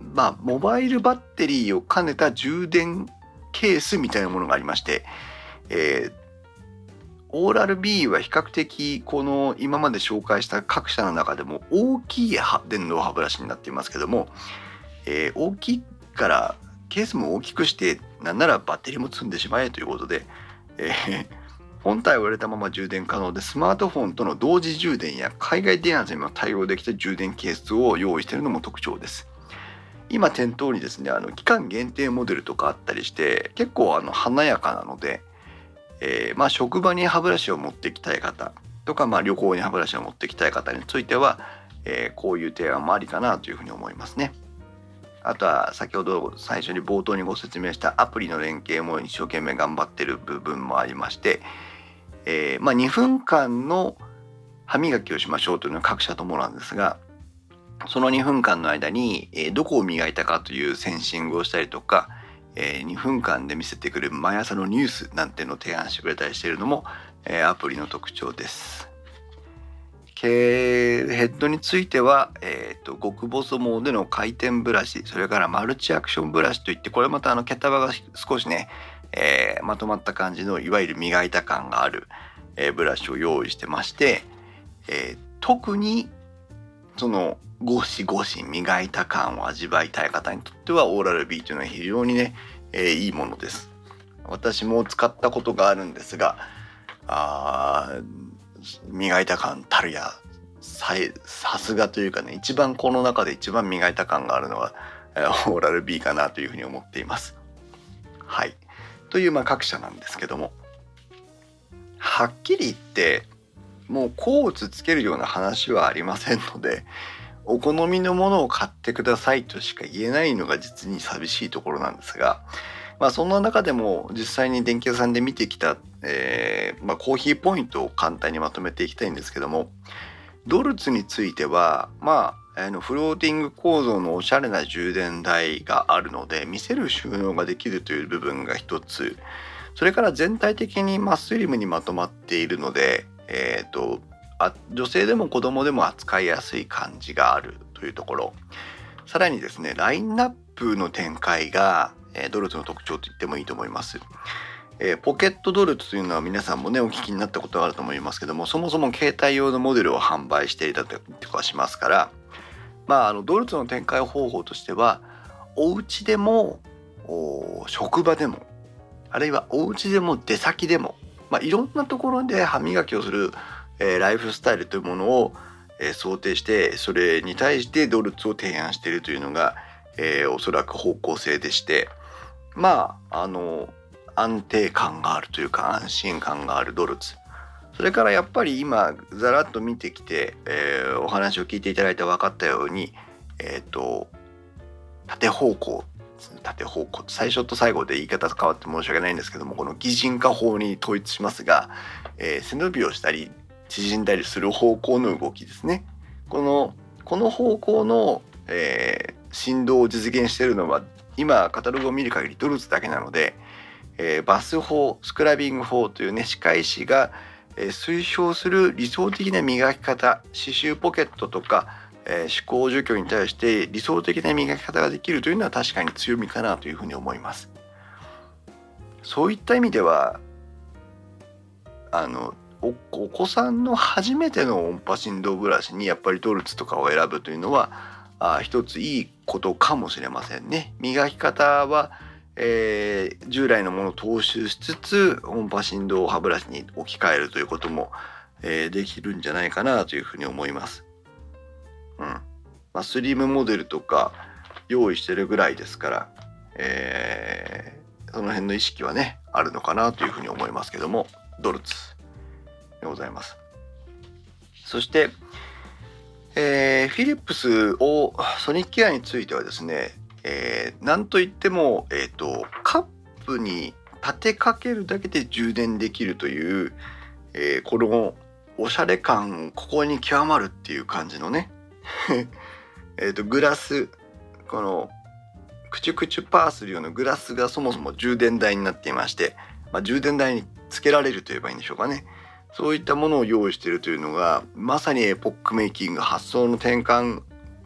まあモバイルバッテリーを兼ねた充電ケースみたいなものがありまして、えー、オーラル ビー は比較的この今まで紹介した各社の中でも大きい電動歯ブラシになっていますけども、えー、大きいからケースも大きくして、なんならバッテリーも積んでしまえということで、えー、本体を入れたまま充電可能で、スマートフォンとの同時充電や海外電圧にも対応できた充電ケースを用意しているのも特徴です。今店頭にですね、あの期間限定モデルとかあったりして、結構あの華やかなので、えー、まあ職場に歯ブラシを持ってきたい方とか、まあ旅行に歯ブラシを持ってきたい方については、えー、こういう提案もありかなというふうに思いますね。あとは先ほど最初に冒頭にご説明したアプリの連携も一生懸命頑張ってる部分もありまして、えー、まあにふんかんの歯磨きをしましょうというのは各社ともなんですが、そのにふんかんの間に、えー、どこを磨いたかというセンシングをしたりとか、えー、にふんかんで見せてくれる毎朝のニュースなんてのを提案してくれたりしているのも、えー、アプリの特徴です。ヘッドについては、えーと、極細モードでの回転ブラシ、それからマルチアクションブラシといって、これまたあの毛束が少しね、えー、まとまった感じのいわゆる磨いた感がある、えー、ブラシを用意してまして、えー、特にそのゴシゴシ磨いた感を味わいたい方にとってはオーラル ビー というのは非常にね、えー、いいものです。私も使ったことがあるんですが、あ磨いた感たるや、さすがというかね、一番この中で一番磨いた感があるのは、えー、オーラル ビー かなというふうに思っています。はい。というまあ各社なんですけども、はっきり言ってもう甲乙つけるような話はありませんので、お好みのものを買ってくださいとしか言えないのが実に寂しいところなんですが、まあそんな中でも実際に電気屋さんで見てきた、えーまあ、コーヒーポイントを簡単にまとめていきたいんですけども、ドルツについてはまああのフローティング構造のおしゃれな充電台があるので見せる収納ができるという部分が一つ、それから全体的にまあスリムにまとまっているので、えーと、あ女性でも子供でも扱いやすい感じがあるというところ、さらにですねラインナップの展開が、えー、ドルツの特徴と言ってもいいと思います。えー、ポケットドルツというのは皆さんもねお聞きになったことがあると思いますけども、そもそも携帯用のモデルを販売していたりとかしますから、まあ、あのドルツの展開方法としてはお家でも職場でもあるいはお家でも出先でも、まあ、いろんなところで歯磨きをする、えー、ライフスタイルというものを、えー、想定して、それに対してドルツを提案しているというのが、えー、おそらく方向性でして、まああの安定感があるというか安心感があるドルツ、それからやっぱり今ざらっと見てきて、えー、お話を聞いていただいて分かったように、えっと縦方向縦方向最初と最後で言い方変わって申し訳ないんですけども、この擬人化法に統一しますが、えー、背伸びをしたり縮んだりする方向の動きですね。このこの方向の、えー、振動を実現しているのは今カタログを見る限りドルツだけなので、えー、バス法スクラビング法というね歯科医師が、えー、推奨する理想的な磨き方、歯周ポケットとかえー、歯垢除去に対して理想的な磨き方ができるというのは確かに強みかなというふうに思います。そういった意味ではあの お, お子さんの初めての音波振動ブラシにやっぱりドルツとかを選ぶというのはあ一ついいことかもしれませんね。磨き方は、えー、従来のものを踏襲しつつ音波振動を歯ブラシに置き換えるということも、えー、できるんじゃないかなというふうに思います。うんまあ、スリムモデルとか用意してるぐらいですから、えー、その辺の意識はねあるのかなというふうに思いますけども、ドルツでございます。そして、えー、フィリップスをソニックケアについてはですね、えー、なんといっても、えーと、カップに立てかけるだけで充電できるという、えー、このおしゃれ感ここに極まるっていう感じのねえとグラス、このクチュクチュパーするようなグラスがそもそも充電台になっていまして、まあ、充電台につけられると言えばいいんでしょうかね。そういったものを用意しているというのがまさにエポックメイキング、発想の転換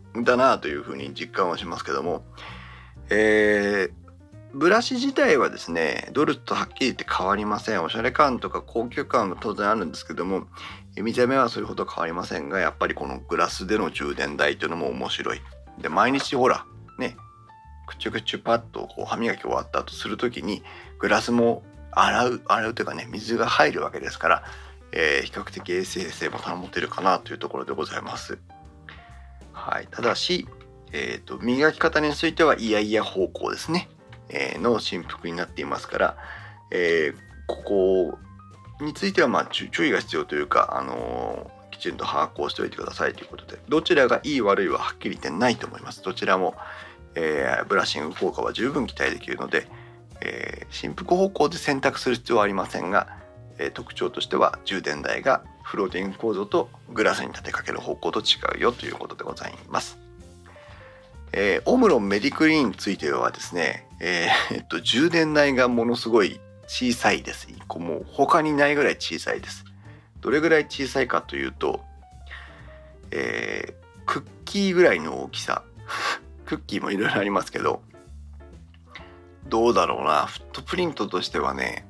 だなというふうに実感はしますけども、えー、ブラシ自体はですねドルとはっきり言って変わりません。おしゃれ感とか高級感は当然あるんですけども、見た目はそれほど変わりませんが、やっぱりこのグラスでの充電台というのも面白い。で毎日ほらねくちゅくちゅパッとこう歯磨き終わった後するときにグラスも洗う洗うというかね水が入るわけですから、えー、比較的衛生性も保てるかなというところでございます。はい、ただし、えーと、磨き方についてはイヤイヤ方向ですね、えー、の振幅になっていますから、えー、ここについてはまあ注意が必要というか、あのー、きちんと把握をしておいてくださいということで、どちらがいい悪いははっきり言ってないと思います。どちらも、えー、ブラッシング効果は十分期待できるので、えー、振幅方向で選択する必要はありませんが、えー、特徴としては充電台がフローティング構造とグラスに立てかける方向と違うよということでございます。えー、オムロンメディクリーンについてはですね、えーえっと、充電台がものすごい小さいです。もう他にないぐらい小さいです。どれぐらい小さいかというと、えー、クッキーぐらいの大きさクッキーもいろいろありますけど、どうだろうな、フットプリントとしてはね、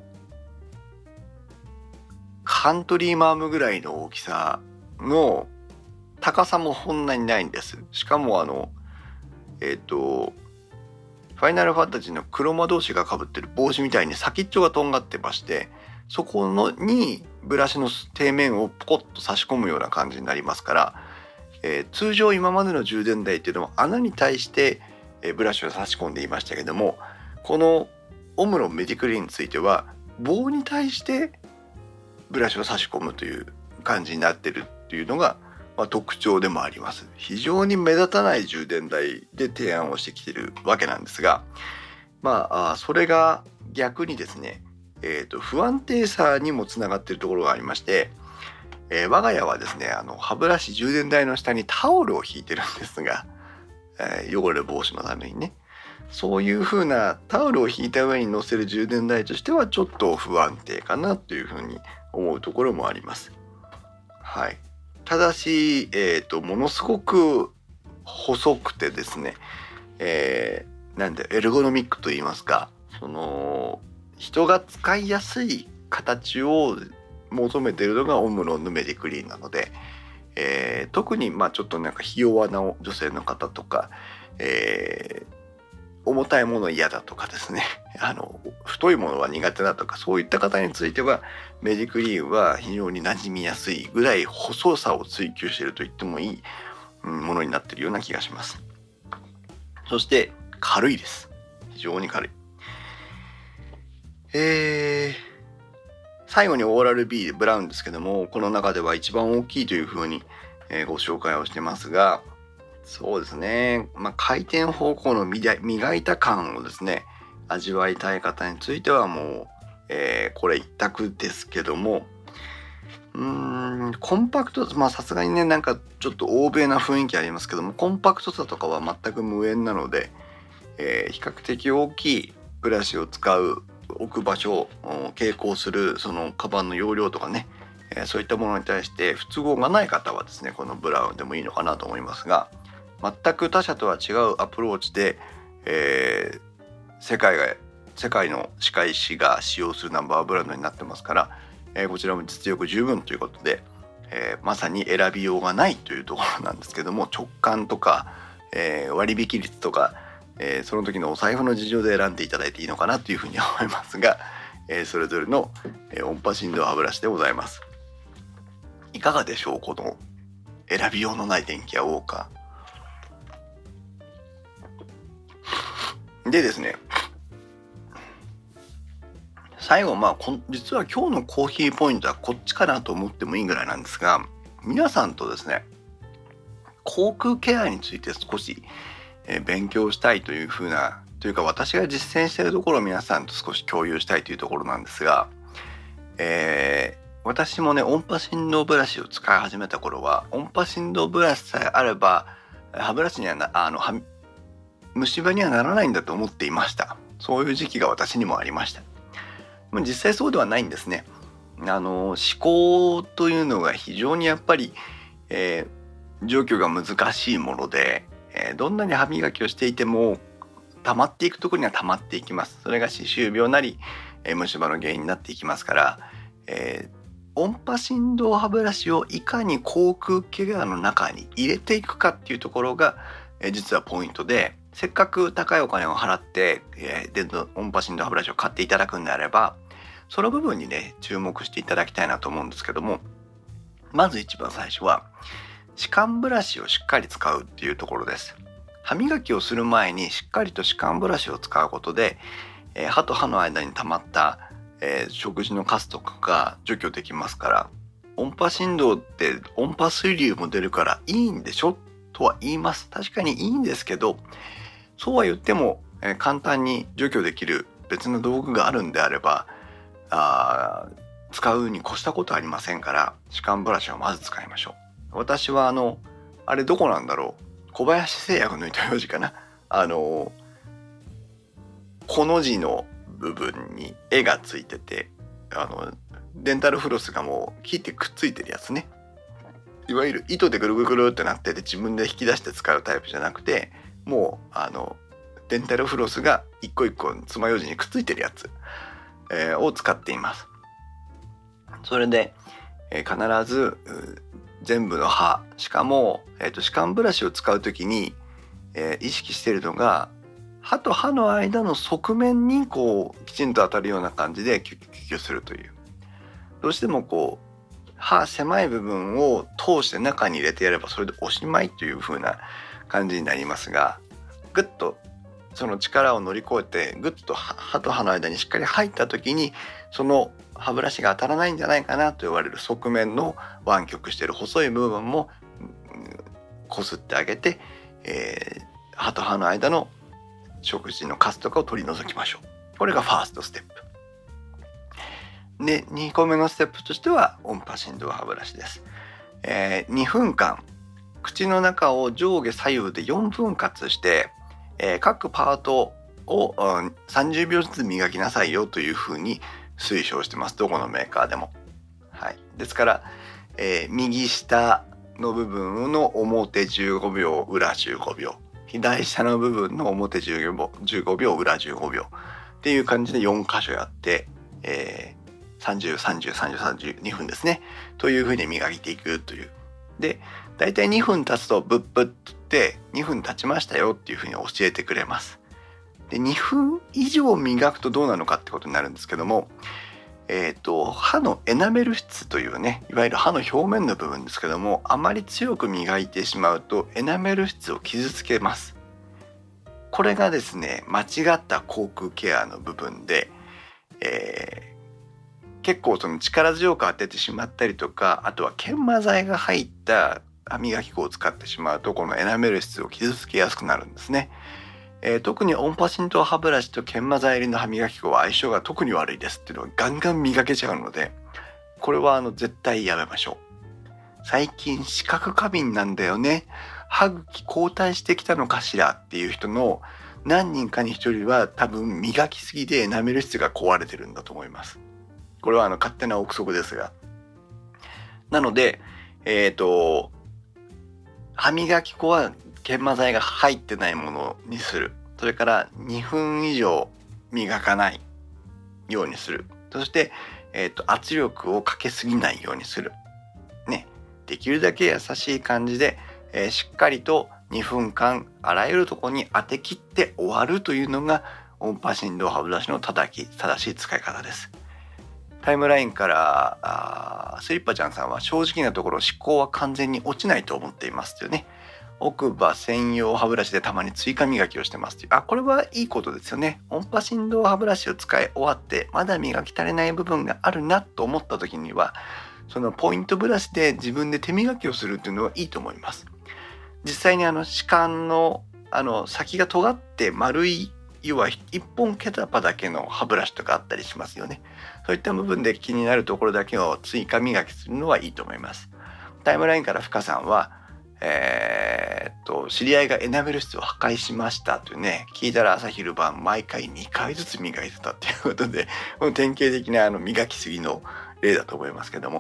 カントリーマームぐらいの大きさの高さもそんなにないんです。しかもあのえっとファイナルファンタジーの黒魔導士が被ってる帽子みたいに先っちょがとんがってまして、そこのにブラシの底面をポコッと差し込むような感じになりますから、えー、通常今までの充電台っていうのは穴に対して、えー、ブラシを差し込んでいましたけども、このオムロンメディクリーンについては棒に対してブラシを差し込むという感じになってるっていうのが、まあ、特徴でもあります。非常に目立たない充電台で提案をしてきてるわけなんですが、まあそれが逆にですね、えーと、不安定さにもつながっているところがありまして、えー、我が家はですね、あの歯ブラシ充電台の下にタオルを引いてるんですが、えー、汚れ防止のためにね、そういう風なタオルを引いた上に乗せる充電台としてはちょっと不安定かなというふうに思うところもあります。はい。ただし、えーと、ものすごく細くてですね、えー、なんでエルゴノミックと言いますか、その人が使いやすい形を求めているのがオムロンのメディクリーンなので、えー、特にまあちょっとなんかひ弱な女性の方とか、えー重たいもの嫌だとかですね、あの太いものは苦手だとか、そういった方についてはメディクリーンは非常に馴染みやすいぐらい細さを追求していると言ってもいいものになっているような気がします。そして軽いです。非常に軽い。えー、最後にオーラル B でブラウンですけども、この中では一番大きいというふうにご紹介をしてますが、そうですね、まあ、回転方向の磨いた感をですね味わいたい方についてはもう、えー、これ一択ですけども、うーんコンパクトまあさすがにねなんかちょっと欧米な雰囲気ありますけども、コンパクトさとかは全く無縁なので、えー、比較的大きいブラシを使う置く場所傾向するそのカバンの容量とかね、えー、そういったものに対して不都合がない方はですねこのブラウンでもいいのかなと思いますが、全く他社とは違うアプローチで、えー、世界が世界の歯科医師が使用するナンバーブランドになってますから、えー、こちらも実力十分ということで、えー、まさに選びようがないというところなんですけども、直感とか、えー、割引率とか、えー、その時のお財布の事情で選んでいただいていいのかなというふうに思いますが、えー、それぞれの、えー、音波振動歯ブラシでございます。いかがでしょう、この選びようのない電気屋ウォーカーでですね、最後まあこ実は今日のコーヒーポイントはこっちかなと思ってもいいぐらいなんですが、皆さんとですね口腔ケアについて少し、えー、勉強したいというふうなというか、私が実践しているところを皆さんと少し共有したいというところなんですが、えー、私もね音波振動ブラシを使い始めた頃は音波振動ブラシさえあれば歯ブラシにはなあの歯虫歯にはならないんだと思っていました。そういう時期が私にもありました。実際そうではないんですね。あの思考というのが非常にやっぱり、え除去が難しいもので、えー、どんなに歯磨きをしていても溜まっていくところには溜まっていきます。それが歯周病なり、えー、虫歯の原因になっていきますから、えー音波振動歯ブラシをいかに口腔ケアの中に入れていくかっていうところが、えー、実はポイントで、せっかく高いお金を払って、えー、電動音波振動歯ブラシを買っていただくんであれば、その部分にね注目していただきたいなと思うんですけども、まず一番最初は歯間ブラシをしっかり使うっていうところです。歯磨きをする前にしっかりと歯間ブラシを使うことで、えー、歯と歯の間に溜まったえー、食事のカスとかが除去できますから、音波振動って音波水流も出るからいいんでしょとは言います。確かにいいんですけど、そうは言っても、えー、簡単に除去できる別の道具があるんであれば、あ使うに越したことはありませんから、歯間ブラシをまず使いましょう。私はあのあれどこなんだろう、小林製薬の糸ようじかな、あのこの字の部分に絵がついてて、あのデンタルフロスがもう切ってくっついてるやつね、いわゆる糸でぐるぐるぐるってなってて自分で引き出して使うタイプじゃなくて、もうあのデンタルフロスが一個一個爪楊枝にくっついてるやつ、えー、を使っています。それで、えー、必ず全部の歯、しかも、えーと、歯間ブラシを使うときに、えー、意識しているのが、歯と歯の間の側面にこうきちんと当たるような感じでキュッキュッキュッキュするという。どうしてもこう歯狭い部分を通して中に入れてやればそれでおしまいという風な感じになりますが、ぐっとその力を乗り越えてぐっと歯と歯の間にしっかり入った時に、その歯ブラシが当たらないんじゃないかなと言われる側面の湾曲している細い部分もこすってあげて、えー、歯と歯の間の食事のカスとかを取り除きましょう。これがファーストステップで、にこめのステップとしては音波振動歯ブラシです。えー、にふんかん口の中を上下左右でよんぶん割して、えー、各パートを、うん、さんじゅうびょうずつ磨きなさいよというふうに推奨してます。どこのメーカーでも。はい、ですから、えー、右下の部分の表じゅうごびょう、裏じゅうごびょう、左下の部分の表じゅうごびょう、裏じゅうごびょうっていう感じでよんかしょやって、えー、さんじゅう、さんじゅう、さんじゅう、さんじゅうにふんですね。というふうに磨いていくという。で、だいたいにふん経つとブッブッってにふん経ちましたよっていうふうに教えてくれます。で、にふん以上磨くとどうなのかってことになるんですけども、えーと、歯のエナメル質というね、いわゆる歯の表面の部分ですけども、あまり強く磨いてしまうとエナメル質を傷つけます。これがですね、間違った口腔ケアの部分で、えー、結構その力強く当ててしまったりとか、あとは研磨剤が入った歯磨き粉を使ってしまうと、このエナメル質を傷つけやすくなるんですね。えー、特に音波振動歯ブラシと研磨剤入りの歯磨き粉は相性が特に悪いですっていうのをガンガン磨けちゃうので、これはあの絶対やめましょう。最近視覚過敏なんだよね、歯茎後退してきたのかしらっていう人の何人かに一人は多分磨きすぎでエナメル質が壊れてるんだと思います。これはあの勝手な憶測ですが、なのでえっと歯磨き粉は研磨剤が入ってないものにする。それからにふん以上磨かないようにする。そして、えーと、圧力をかけすぎないようにする。ね、できるだけ優しい感じで、えー、しっかりとにふんかんあらゆるところに当て切って終わるというのが音波振動歯ブラシの正しい正しい使い方です。タイムラインからあスリッパちゃんさんは、正直なところ歯垢は完全に落ちないと思っていますというね。奥歯専用歯ブラシでたまに追加磨きをしてますという。あ、これはいいことですよね。音波振動歯ブラシを使い終わってまだ磨き足りない部分があるなと思った時には、そのポイントブラシで自分で手磨きをするっていうのはいいと思います。実際にあの歯間のあの先が尖って丸い、要は一本毛束だけの歯ブラシとかあったりしますよね。そういった部分で気になるところだけを追加磨きするのはいいと思います。タイムラインから深さんは、えー、っと知り合いがエナメル質を破壊しましたというね、聞いたら朝昼晩毎回にかいずつ磨いてたっていうことで、この典型的なあの磨きすぎの例だと思いますけども、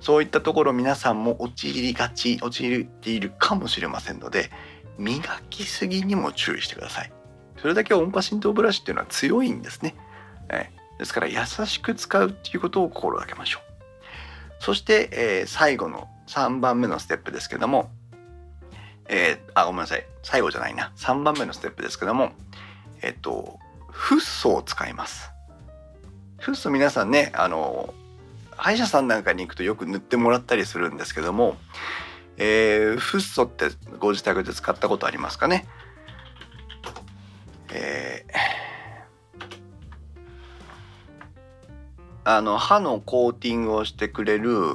そういったところ皆さんも陥りがち陥っているかもしれませんので、磨きすぎにも注意してください。それだけ音波振動ブラシっていうのは強いんですね。えー、ですから優しく使うっていうことを心がけましょう。そして、えー、最後のさんばんめのステップですけども、えー、あごめんなさい最後じゃないなさんばんめのステップですけども、えっとフッ素を使います。フッ素皆さんね、あの歯医者さんなんかに行くとよく塗ってもらったりするんですけども、えー、フッ素ってご自宅で使ったことありますかね。えー、あの歯のコーティングをしてくれる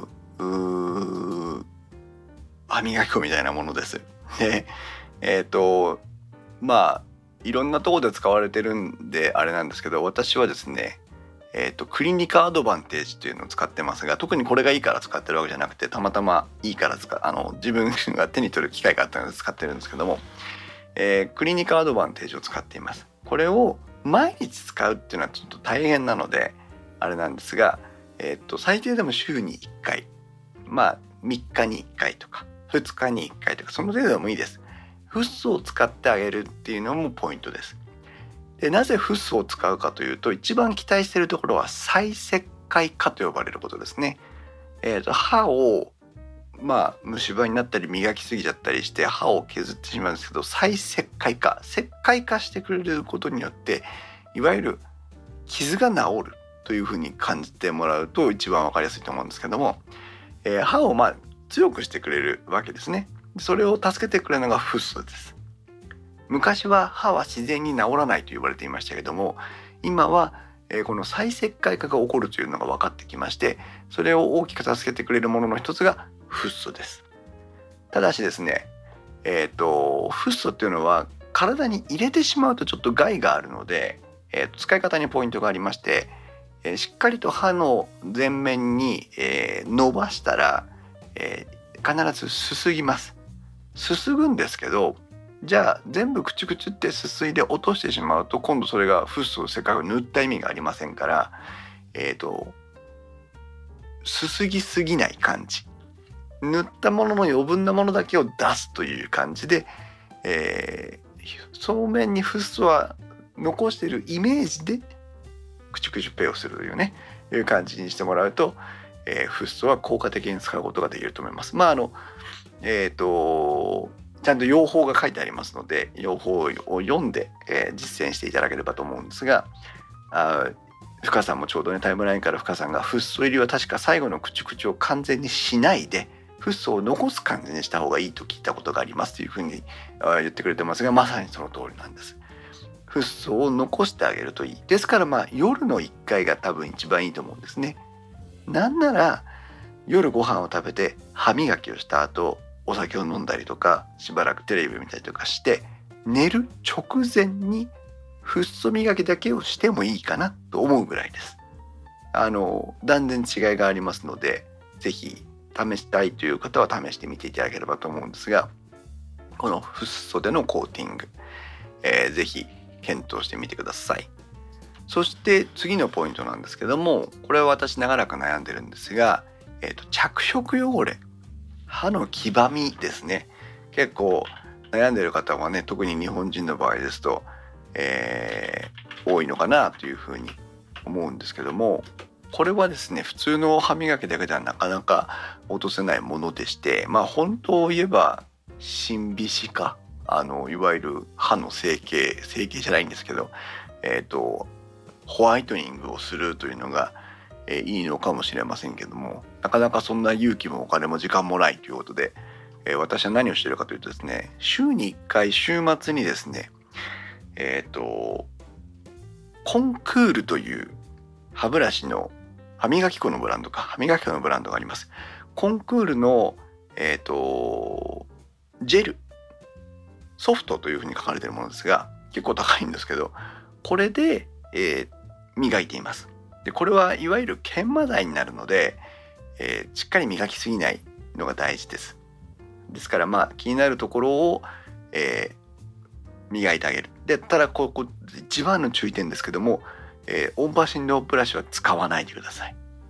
歯磨き粉みたいなものです。で、えっとまあいろんなところで使われてるんであれなんですけど、私はですね、えっとクリニカアドバンテージっていうのを使ってますが、特にこれがいいから使ってるわけじゃなくて、たまたまいいから使あの自分が手に取る機会があったので使ってるんですけども、えー、クリニカアドバンテージを使っています。これを毎日使うっていうのはちょっと大変なのであれなんですが、えっと最低でも週にいっかい、まあみっかにいっかいとかふつかにいっかいとかその程度でもいいです。フッ素を使ってあげるっていうのもポイントです。で、なぜフッ素を使うかというと、一番期待しているところは再石灰化と呼ばれることですね。えーと、歯をまあ虫歯になったり磨きすぎちゃったりして歯を削ってしまうんですけど、再石灰化石灰化してくれることによって、いわゆる傷が治るというふうに感じてもらうと一番わかりやすいと思うんですけども、えー、歯をまあ強くしてくれるわけですね。それを助けてくれるのがフッ素です。昔は歯は自然に治らないと言われていましたけども、今はこの再石灰化が起こるというのが分かってきまして、それを大きく助けてくれるものの一つがフッ素です。ただしですね、えっとフッ素っていうのは体に入れてしまうとちょっと害があるので、えー、使い方にポイントがありまして、えー、しっかりと歯の前面に、えー、伸ばしたら、えー、必ずすすぎます。すすぐんですけど、じゃあ全部クチュクチュってすすいで落としてしまうと、今度それがフッ素をせっかく塗った意味がありませんから、えっとすすぎすぎない感じ、塗ったものの余分なものだけを出すという感じで、えー、表面にフッ素は残しているイメージでクチュクチュペをするというねいう感じにしてもらうと、えー、フッ素は効果的に使うことができると思います。まああのえっとちゃんと用法が書いてありますので、用法を読んで、えー、実践していただければと思うんですが、あ深さんもちょうどね、タイムラインから深さんがフッ素入りは確か最後のクチュクチュを完全にしないでフッ素を残す感じにした方がいいと聞いたことがありますというふうに言ってくれてますが、まさにその通りなんです。フッ素を残してあげるといいですから、まあ夜のいっかいが多分一番いいと思うんですね。なんなら夜ご飯を食べて歯磨きをした後お酒を飲んだりとかしばらくテレビ見たりとかして寝る直前にフッ素磨きだけをしてもいいかなと思うぐらいです。あの断然違いがありますので、ぜひ試したいという方は試してみていただければと思うんですが、このフッ素でのコーティング、えー、ぜひ検討してみてください。そして次のポイントなんですけども、これは私長らく悩んでるんですが、えーと、着色汚れ、歯の黄ばみですね。結構悩んでる方はね、特に日本人の場合ですと、えー、多いのかなというふうに思うんですけども、これはですね、普通の歯磨きだけではなかなか落とせないものでして、まあ本当を言えば真皮歯科、あのいわゆる歯の整形整形じゃないんですけど、えっとホワイトニングをするというのがえー、いいのかもしれませんけども、なかなかそんな勇気もお金も時間もないということで、えー、私は何をしているかというとですね、週にいっかい週末にですね、えっとコンクールという歯ブラシの歯磨き粉のブランドか歯磨き粉のブランドがあります。コンクールのえっとジェルソフトというふうに書かれているものですが、結構高いんですけど、これで、えー、磨いています。でこれはいわゆる研磨剤になるので、えー、しっかり磨きすぎないのが大事です。ですからまあ気になるところを、えー、磨いてあげる。でただここ一番の注意点ですけども、えー、音波振動ブラシは使わないでください。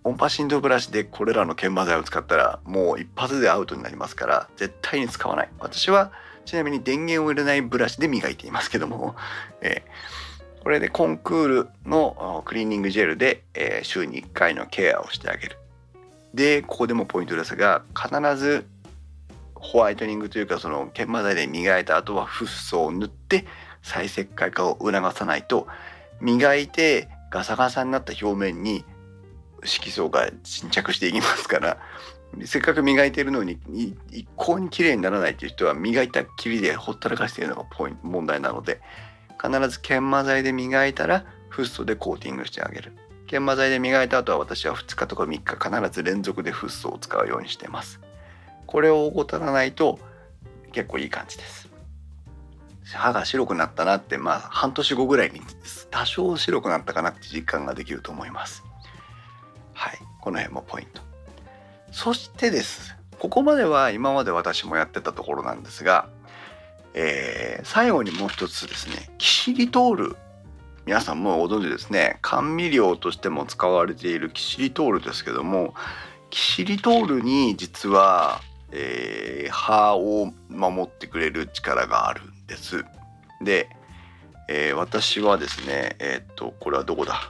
音波振動ブラシでこれらの研磨剤を使ったらもう一発でアウトになりますから、絶対に使わない。私はちなみに電源を入れないブラシで磨いていますけども、えー、これでコンクールのクリーニングジェルで、えー、週にいっかいのケアをしてあげる。でここでもポイントですが、必ずホワイトニングというかその研磨剤で磨いた後はフッ素を塗って再石灰化を促さないと、磨いてガサガサになった表面に色素が沈着していきますから、せっかく磨いているのに一向に綺麗にならないという人は磨いたっきりでほったらかしているのがポイント問題なので、必ず研磨剤で磨いたらフッ素でコーティングしてあげる。研磨剤で磨いた後は私はふつかとかみっか必ず連続でフッ素を使うようにしています。これを怠らないと結構いい感じです。歯が白くなったなって、まあ半年後ぐらいに多少白くなったかなって実感ができると思います。はい、この辺もポイント。そしてです、ここまでは今まで私もやってたところなんですが、えー、最後にもう一つですね、キシリトール、皆さんもご存知ですね。甘味料としても使われているキシリトールですけども、キシリトールに実は、えー、歯を守ってくれる力があるんです。で、えー、私はですね、えー、っとこれはどこだ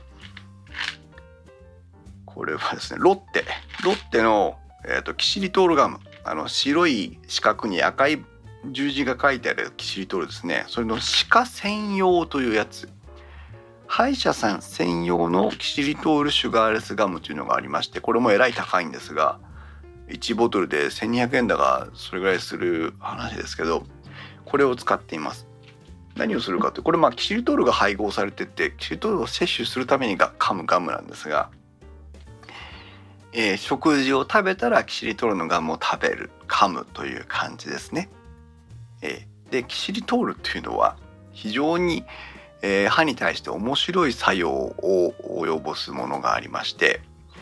これはですね、ロッテロッテの、えー、とキシリトールガム、あの白い四角に赤い十字が書いてあるキシリトールですね。それの歯科専用というやつ、歯医者さん専用のキシリトールシュガーレスガムというのがありまして、これもえらい高いんですが、いちボトルでせんにひゃくえんだがそれぐらいする話ですけど、これを使っています。何をするかというと、これまあキシリトールが配合されてて、キシリトールを摂取するためにが噛むガムなんですが、えー、食事を食べたらキシリトールのガムを食べる、噛むという感じですね。えー、でキシリトールっていうのは非常に、えー、歯に対して面白い作用を及ぼすものがありまして、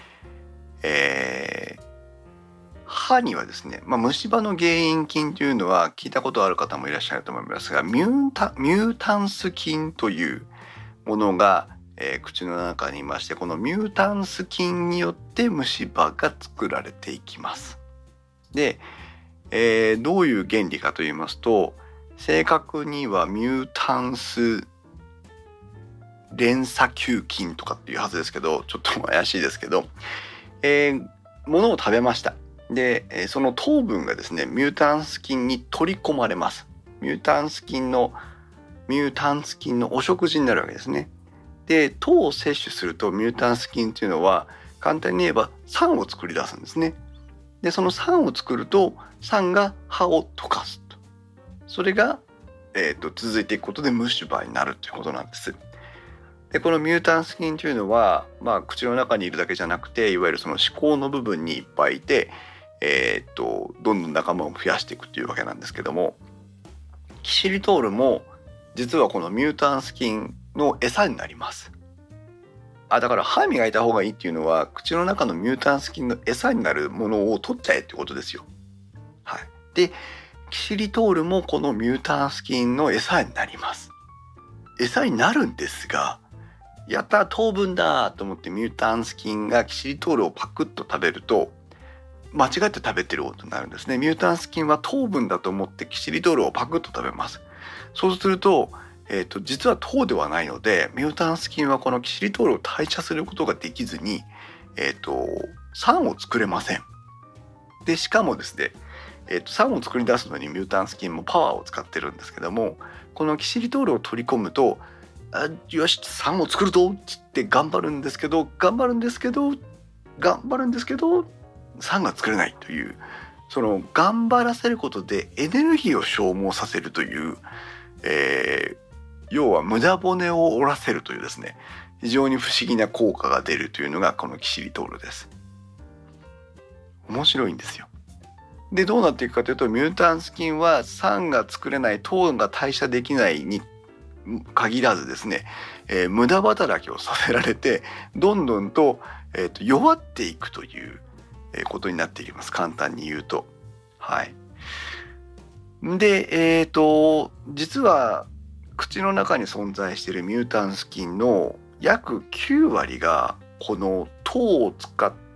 えー、歯にはですね、まあ、虫歯の原因菌というのは聞いたことある方もいらっしゃると思いますが、ミュータ、ミュータンス菌というものがえー、口の中にいまして、このミュータンス菌によって虫歯が作られていきます。で、えー、どういう原理かと言いますと、正確にはミュータンス連鎖球菌とかっていうはずですけど、ちょっと怪しいですけど、えー、物を食べました。で、その糖分がですね、ミュータンス菌に取り込まれます。ミュータンス菌のミュータンス菌のお食事になるわけですね。で、糖を摂取するとミュータンス菌というのは簡単に言えば酸を作り出すんですね。で、その酸を作ると酸が歯を溶かすと。それが、えーと、続いていくことで虫歯になるということなんです。で、このミュータンス菌というのは、まあ、口の中にいるだけじゃなくて、いわゆるその歯垢の部分にいっぱいいて、えーと、どんどん仲間を増やしていくというわけなんですけども、キシリトールも実はこのミュータンス菌の餌になります。あ、だから歯磨いた方がいいっていうのは、口の中のミュータンス菌の餌になるものを取っちゃえってことですよ。はい。で、キシリトールもこのミュータンス菌の餌になります。餌になるんですが、やった糖分だと思ってミュータンス菌がキシリトールをパクッと食べると、間違って食べてることになるんですね。ミュータンス菌は糖分だと思ってキシリトールをパクッと食べます。そうすると、えーと、実は糖ではないので、ミュータンス菌はこのキシリトールを代謝することができずに、えーと、酸を作れません。で、しかもですね、えーと、酸を作り出すのにミュータンス菌もパワーを使ってるんですけども、このキシリトールを取り込むと、あ、よし、酸を作るぞって頑張るんですけど、頑張るんですけど、頑張るんですけど、酸が作れないという、その頑張らせることでエネルギーを消耗させるという、えー、要は無駄骨を折らせるというですね、非常に不思議な効果が出るというのがこのキシリトールです。面白いんですよ。で、どうなっていくかというと、ミュータンス菌は酸が作れない、糖が代謝できないに限らずですね、えー、無駄働きをさせられて、どんどんと、えーと、弱っていくということになっていきます。簡単に言うと。はい。で、えーと、実は口の中に存在しているミュータンス菌の約きゅうわりがこの糖を使っ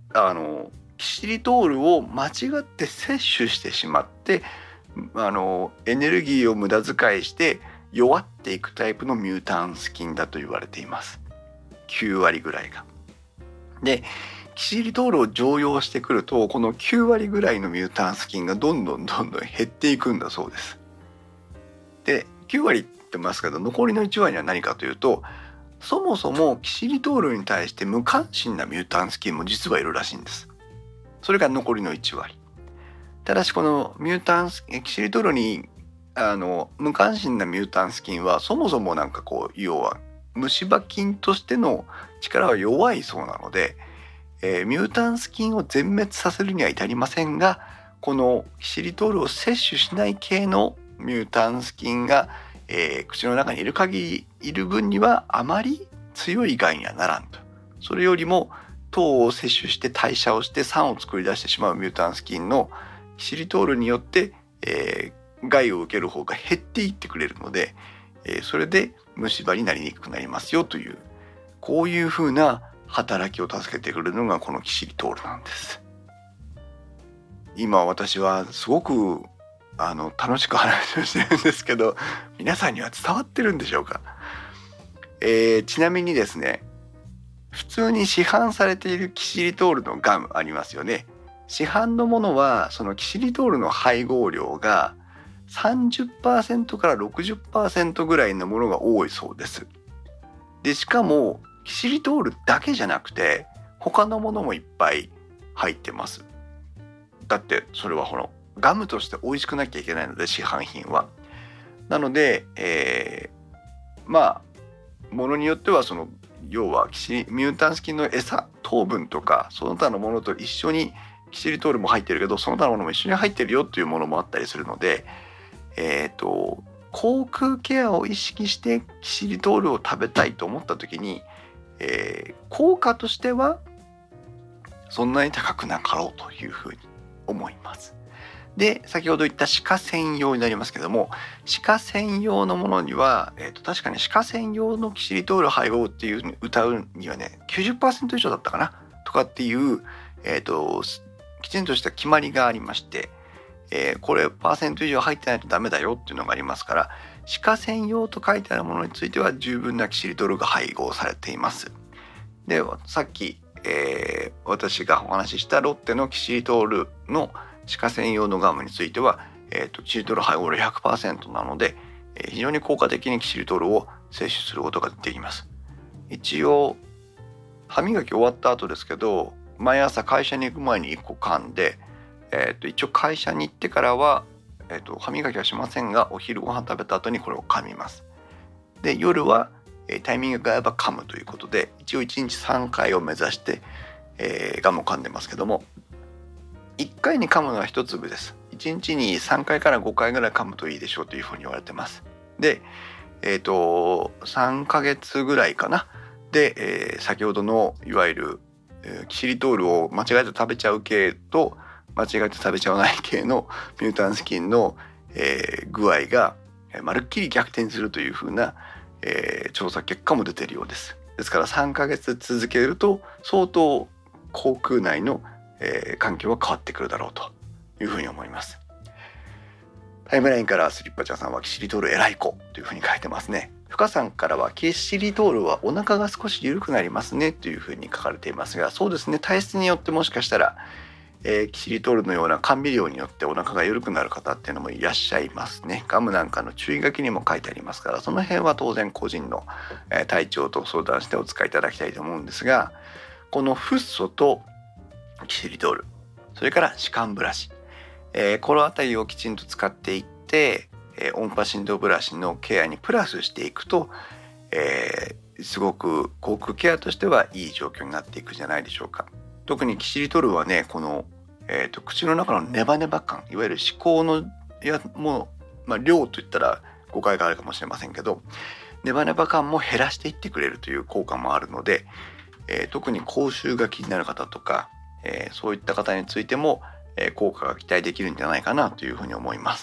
あのキシリトールを間違って摂取してしまって、あのエネルギーを無駄遣いして弱っていくタイプのミュータンス菌だと言われています。きゅうわりぐらいが。でキシリトールを常用してくると、このきゅうわりぐらいのミュータンス菌がどんどんどんどん減っていくんだそうです。できゅうわりって言いますけど、残りのいちわりは何かというと、そもそもキシリトールに対して無関心なミュータンス菌も実はいるらしいんです。それが残りのいちわり。ただしこのミュータンスキシリトールにあの無関心なミュータンス菌はそもそもなんかこう要は虫歯菌としての力は弱いそうなので、えー、ミュータンス菌を全滅させるには至りませんが、このキシリトールを摂取しない系のミュータンス菌が、えー、口の中にいる限りいる分にはあまり強い害にはならんと。それよりも糖を摂取して代謝をして酸を作り出してしまうミュータンス菌のキシリトールによって、えー、害を受ける方が減っていってくれるので、えー、それで虫歯になりにくくなりますよという、こういう風な働きを助けてくれるのがこのキシリトールなんです。今私はすごくあの楽しく話をしてるんですけど、皆さんには伝わってるんでしょうか。えー、ちなみにですね、普通に市販されているキシリトールのガムありますよね。市販のものはそのキシリトールの配合量が さんじゅっパーセント から ろくじゅっパーセント ぐらいのものが多いそうです。でしかもキシリトールだけじゃなくて他のものもいっぱい入ってます。だってそれはこのガムとして美味しくなきゃいけないので、市販品は。なので、えー、まあものによってはその要はキシリミュータンス菌の餌、糖分とかその他のものと一緒にキシリトールも入ってるけど、その他のものも一緒に入ってるよっていうものもあったりするので、えっと口腔ケアを意識してキシリトールを食べたいと思った時に、えー、効果としてはそんなに高くなかろうというふうに思います。で先ほど言った歯科専用になりますけども、歯科専用のものには、えー、と確かに歯科専用のキシリトール配合っていう歌うにはね きゅうじゅっパーセント 以上だったかなとかっていう、えー、ときちんとした決まりがありまして、えー、これパーセント以上入ってないとダメだよっていうのがありますから、歯科専用と書いてあるものについては十分なキシリトールが配合されています。でさっき、えー、私がお話ししたロッテのキシリトールの歯科専用のガムについては、えー、とキシリトール配合量 ひゃくパーセント なので、えー、非常に効果的にキシリトールを摂取することができます。一応歯磨き終わった後ですけど、毎朝会社に行く前にいっこ噛んで、えー、と一応会社に行ってからは、えー、と歯磨きはしませんが、お昼ご飯食べた後にこれを噛みます。で夜は、えー、タイミングが合えば噛むということで、一応いちにちさんかいを目指して、えー、ガムを噛んでますけども、いっかいに噛むのはひとつぶです。いちにちにさんかいからごかいぐらい噛むといいでしょうというふうに言われてます。で、えっと、さんかげつぐらいかな。で、えー、先ほどのいわゆる、えー、キシリトールを間違えて食べちゃう系と間違えて食べちゃわない系のミュータンス菌の、えー、具合がまるっきり逆転するというふうな、えー、調査結果も出ているようです。ですからさんかげつ続けると相当口腔内のえー、環境は変わってくるだろうというふうに思います。タイムラインからスリッパちゃんさんはキシリトール偉い子というふうに書いてますね。深さんからはキシリトールはお腹が少し緩くなりますねというふうに書かれていますが、そうですね、体質によってもしかしたら、えー、キシリトールのような甘味料によってお腹が緩くなる方っていうのもいらっしゃいますね。ガムなんかの注意書きにも書いてありますから、その辺は当然個人の、えー、体調と相談してお使いいただきたいと思うんですが、このフッ素とキシリトール、それから歯間ブラシ、えー、このあたりをきちんと使っていって、えー、音波振動ブラシのケアにプラスしていくと、えー、すごく口腔ケアとしてはいい状況になっていくんじゃないでしょうか。特にキシリトールはね、この、えーと、口の中のネバネバ感、いわゆる歯垢のやもう、まあ、量といったら誤解があるかもしれませんけど、ネバネバ感も減らしていってくれるという効果もあるので、えー、特に口臭が気になる方とか、えー、そういった方についても、えー、効果が期待できるんじゃないかなというふうに思います。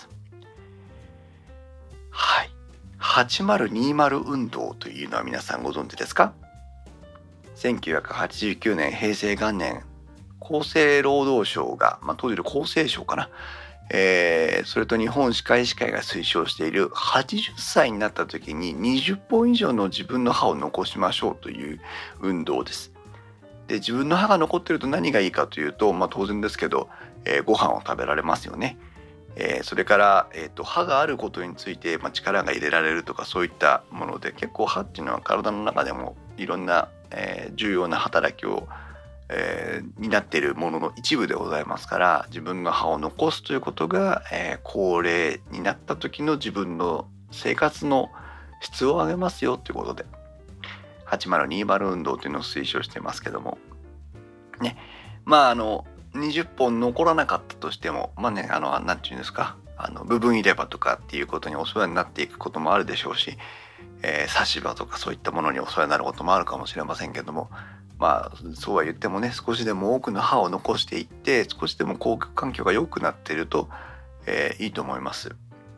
はい。はちまるにまる運動というのは皆さんご存知ですか？せんきゅうひゃくはちじゅうきゅうねん平成元年、 厚生労働省が、まあ、当時の厚生省かな、えー、それと日本歯科医師会が推奨しているはちじゅっさいになった時ににじゅっぽん以上の自分の歯を残しましょうという運動です。で、自分の歯が残っていると何がいいかというと、まあ、当然ですけど、えー、ご飯を食べられますよね。えー、それから、えーと、歯があることについて、まあ、力が入れられるとかそういったもので、結構歯っていうのは体の中でもいろんな、えー、重要な働きを、えー、担っているものの一部でございますから、自分の歯を残すということが、えー、高齢になった時の自分の生活の質を上げますよということではちまるにじゅう運動というのを推奨していますけどもね、まああのにじゅっぽん残らなかったとしても、まあね、あのなんていうんですか、あの部分入れ歯とかっていうことにお世話になっていくこともあるでしょうし、えー、差し歯とかそういったものにお世話になることもあるかもしれませんけども、まあそうは言ってもね、少しでも多くの歯を残していって少しでも口腔環境が良くなっていると、えー、いいと思います。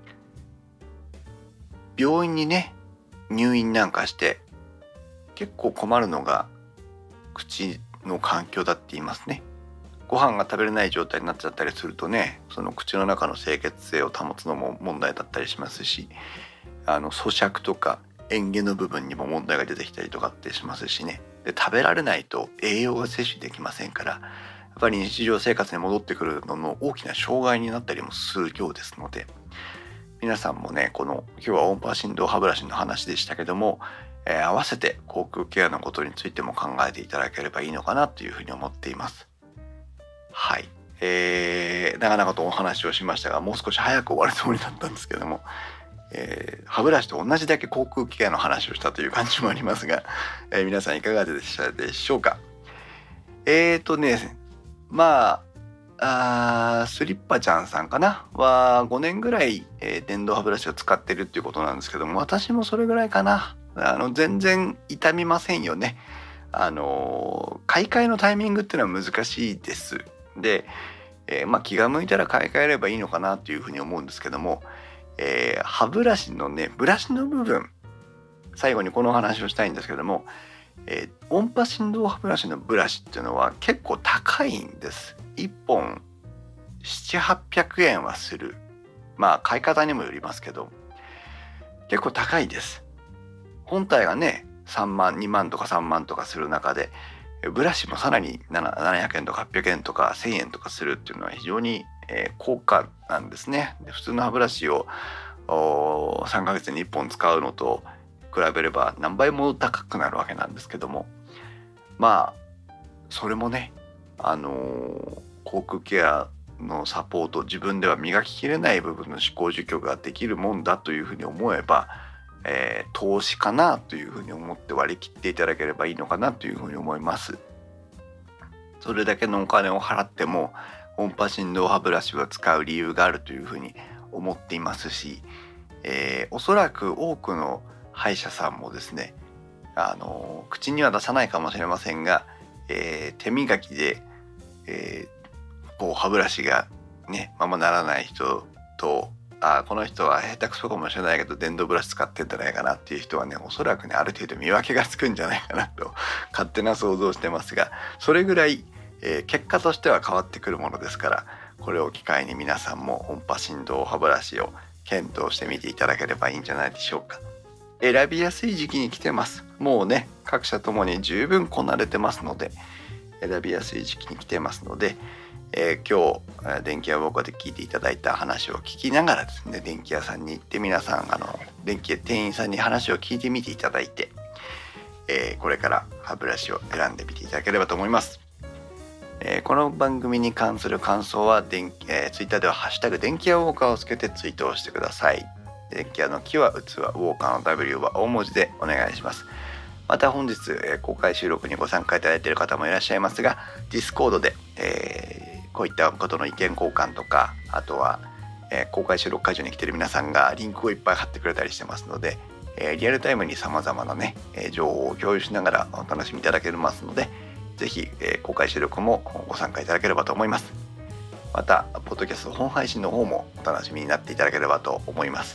病院にね入院なんかして結構困るのが口の環境だって言いますね。ご飯が食べれない状態になっちゃったりするとね、その口の中の清潔性を保つのも問題だったりしますし、あの咀嚼とか嚥下の部分にも問題が出てきたりとかってしますしね。で、食べられないと栄養が摂取できませんから、やっぱり日常生活に戻ってくるのの大きな障害になったりもするようですので、皆さんもね、この今日は音波振動歯ブラシの話でしたけども、えー、合わせて口腔ケアのことについても考えていただければいいのかなというふうに思っています。はい、えー、長々とお話をしましたが、もう少し早く終わるつもりだったんですけども、えー、歯ブラシと同じだけ口腔ケアの話をしたという感じもありますが、えー、皆さんいかがでしたでしょうか。えーとねまああスリッパちゃんさんかなはごねんぐらい、えー、電動歯ブラシを使ってるっていうことなんですけども、私もそれぐらいかな。あの全然痛みませんよね。あの買い替えのタイミングっていうのは難しいです。で、えーまあ、気が向いたら買い替えればいいのかなというふうに思うんですけども、えー、歯ブラシのねブラシの部分、最後にこの話をしたいんですけども、えー、音波振動歯ブラシのブラシっていうのは結構高いんです。いっぽんななひゃく、はっぴゃくえんはする。まあ買い方にもよりますけど結構高いです。本体がねさんまんにまんとかさんまんとかする中で、ブラシもさらにななひゃくえんとかはっぴゃくえんとかせんえんとかするっていうのは非常に、えー、高価なんですね。で、普通の歯ブラシをさんかげつにいっぽん使うのと比べれば何倍も高くなるわけなんですけども、まあそれもね、あのー、口腔ケアのサポート、自分では磨ききれない部分の歯垢除去ができるもんだというふうに思えば、えー、投資かなというふうに思って割り切っていただければいいのかなというふうに思います。それだけのお金を払っても音波振動歯ブラシを使う理由があるというふうに思っていますし、えー、おそらく多くの歯医者さんもですね、あのー、口には出さないかもしれませんが、えー、手磨きで、えー、こう歯ブラシがねままならない人と、あこの人は下手くそかもしれないけど電動ブラシ使ってんじゃないかなっていう人はね、おそらくねある程度見分けがつくんじゃないかなと勝手な想像してますが、それぐらい、えー、結果としては変わってくるものですから、これを機会に皆さんも音波振動歯ブラシを検討してみていただければいいんじゃないでしょうか。選びやすい時期に来てます。もうね各社ともに十分こなれてますので、選びやすい時期に来てますので、えー、今日電気屋ウォーカーで聞いていただいた話を聞きながらですね、電気屋さんに行って皆さんあの電気屋店員さんに話を聞いてみていただいて、えー、これから歯ブラシを選んでみていただければと思います。えー、この番組に関する感想は電気、えー、ツイッターではハッシュタグ電気屋ウォーカーをつけてツイートをしてください。電気屋の木は器、ウォーカーの W は大文字でお願いします。また本日、えー、公開収録にご参加いただいている方もいらっしゃいますが、Discord で、えーこういったことの意見交換とか、あとは、えー、公開収録会場に来ている皆さんがリンクをいっぱい貼ってくれたりしてますので、えー、リアルタイムに様々なね、えー、情報を共有しながらお楽しみいただけますので、ぜひ、えー、公開収録もご参加いただければと思います。またポッドキャスト本配信の方もお楽しみになっていただければと思います。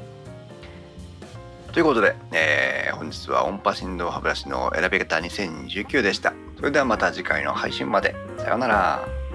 ということで、えー、本日は音波振動歯ブラシの選び方にせんにじゅうきゅうでした。それではまた次回の配信まで。 さようなら。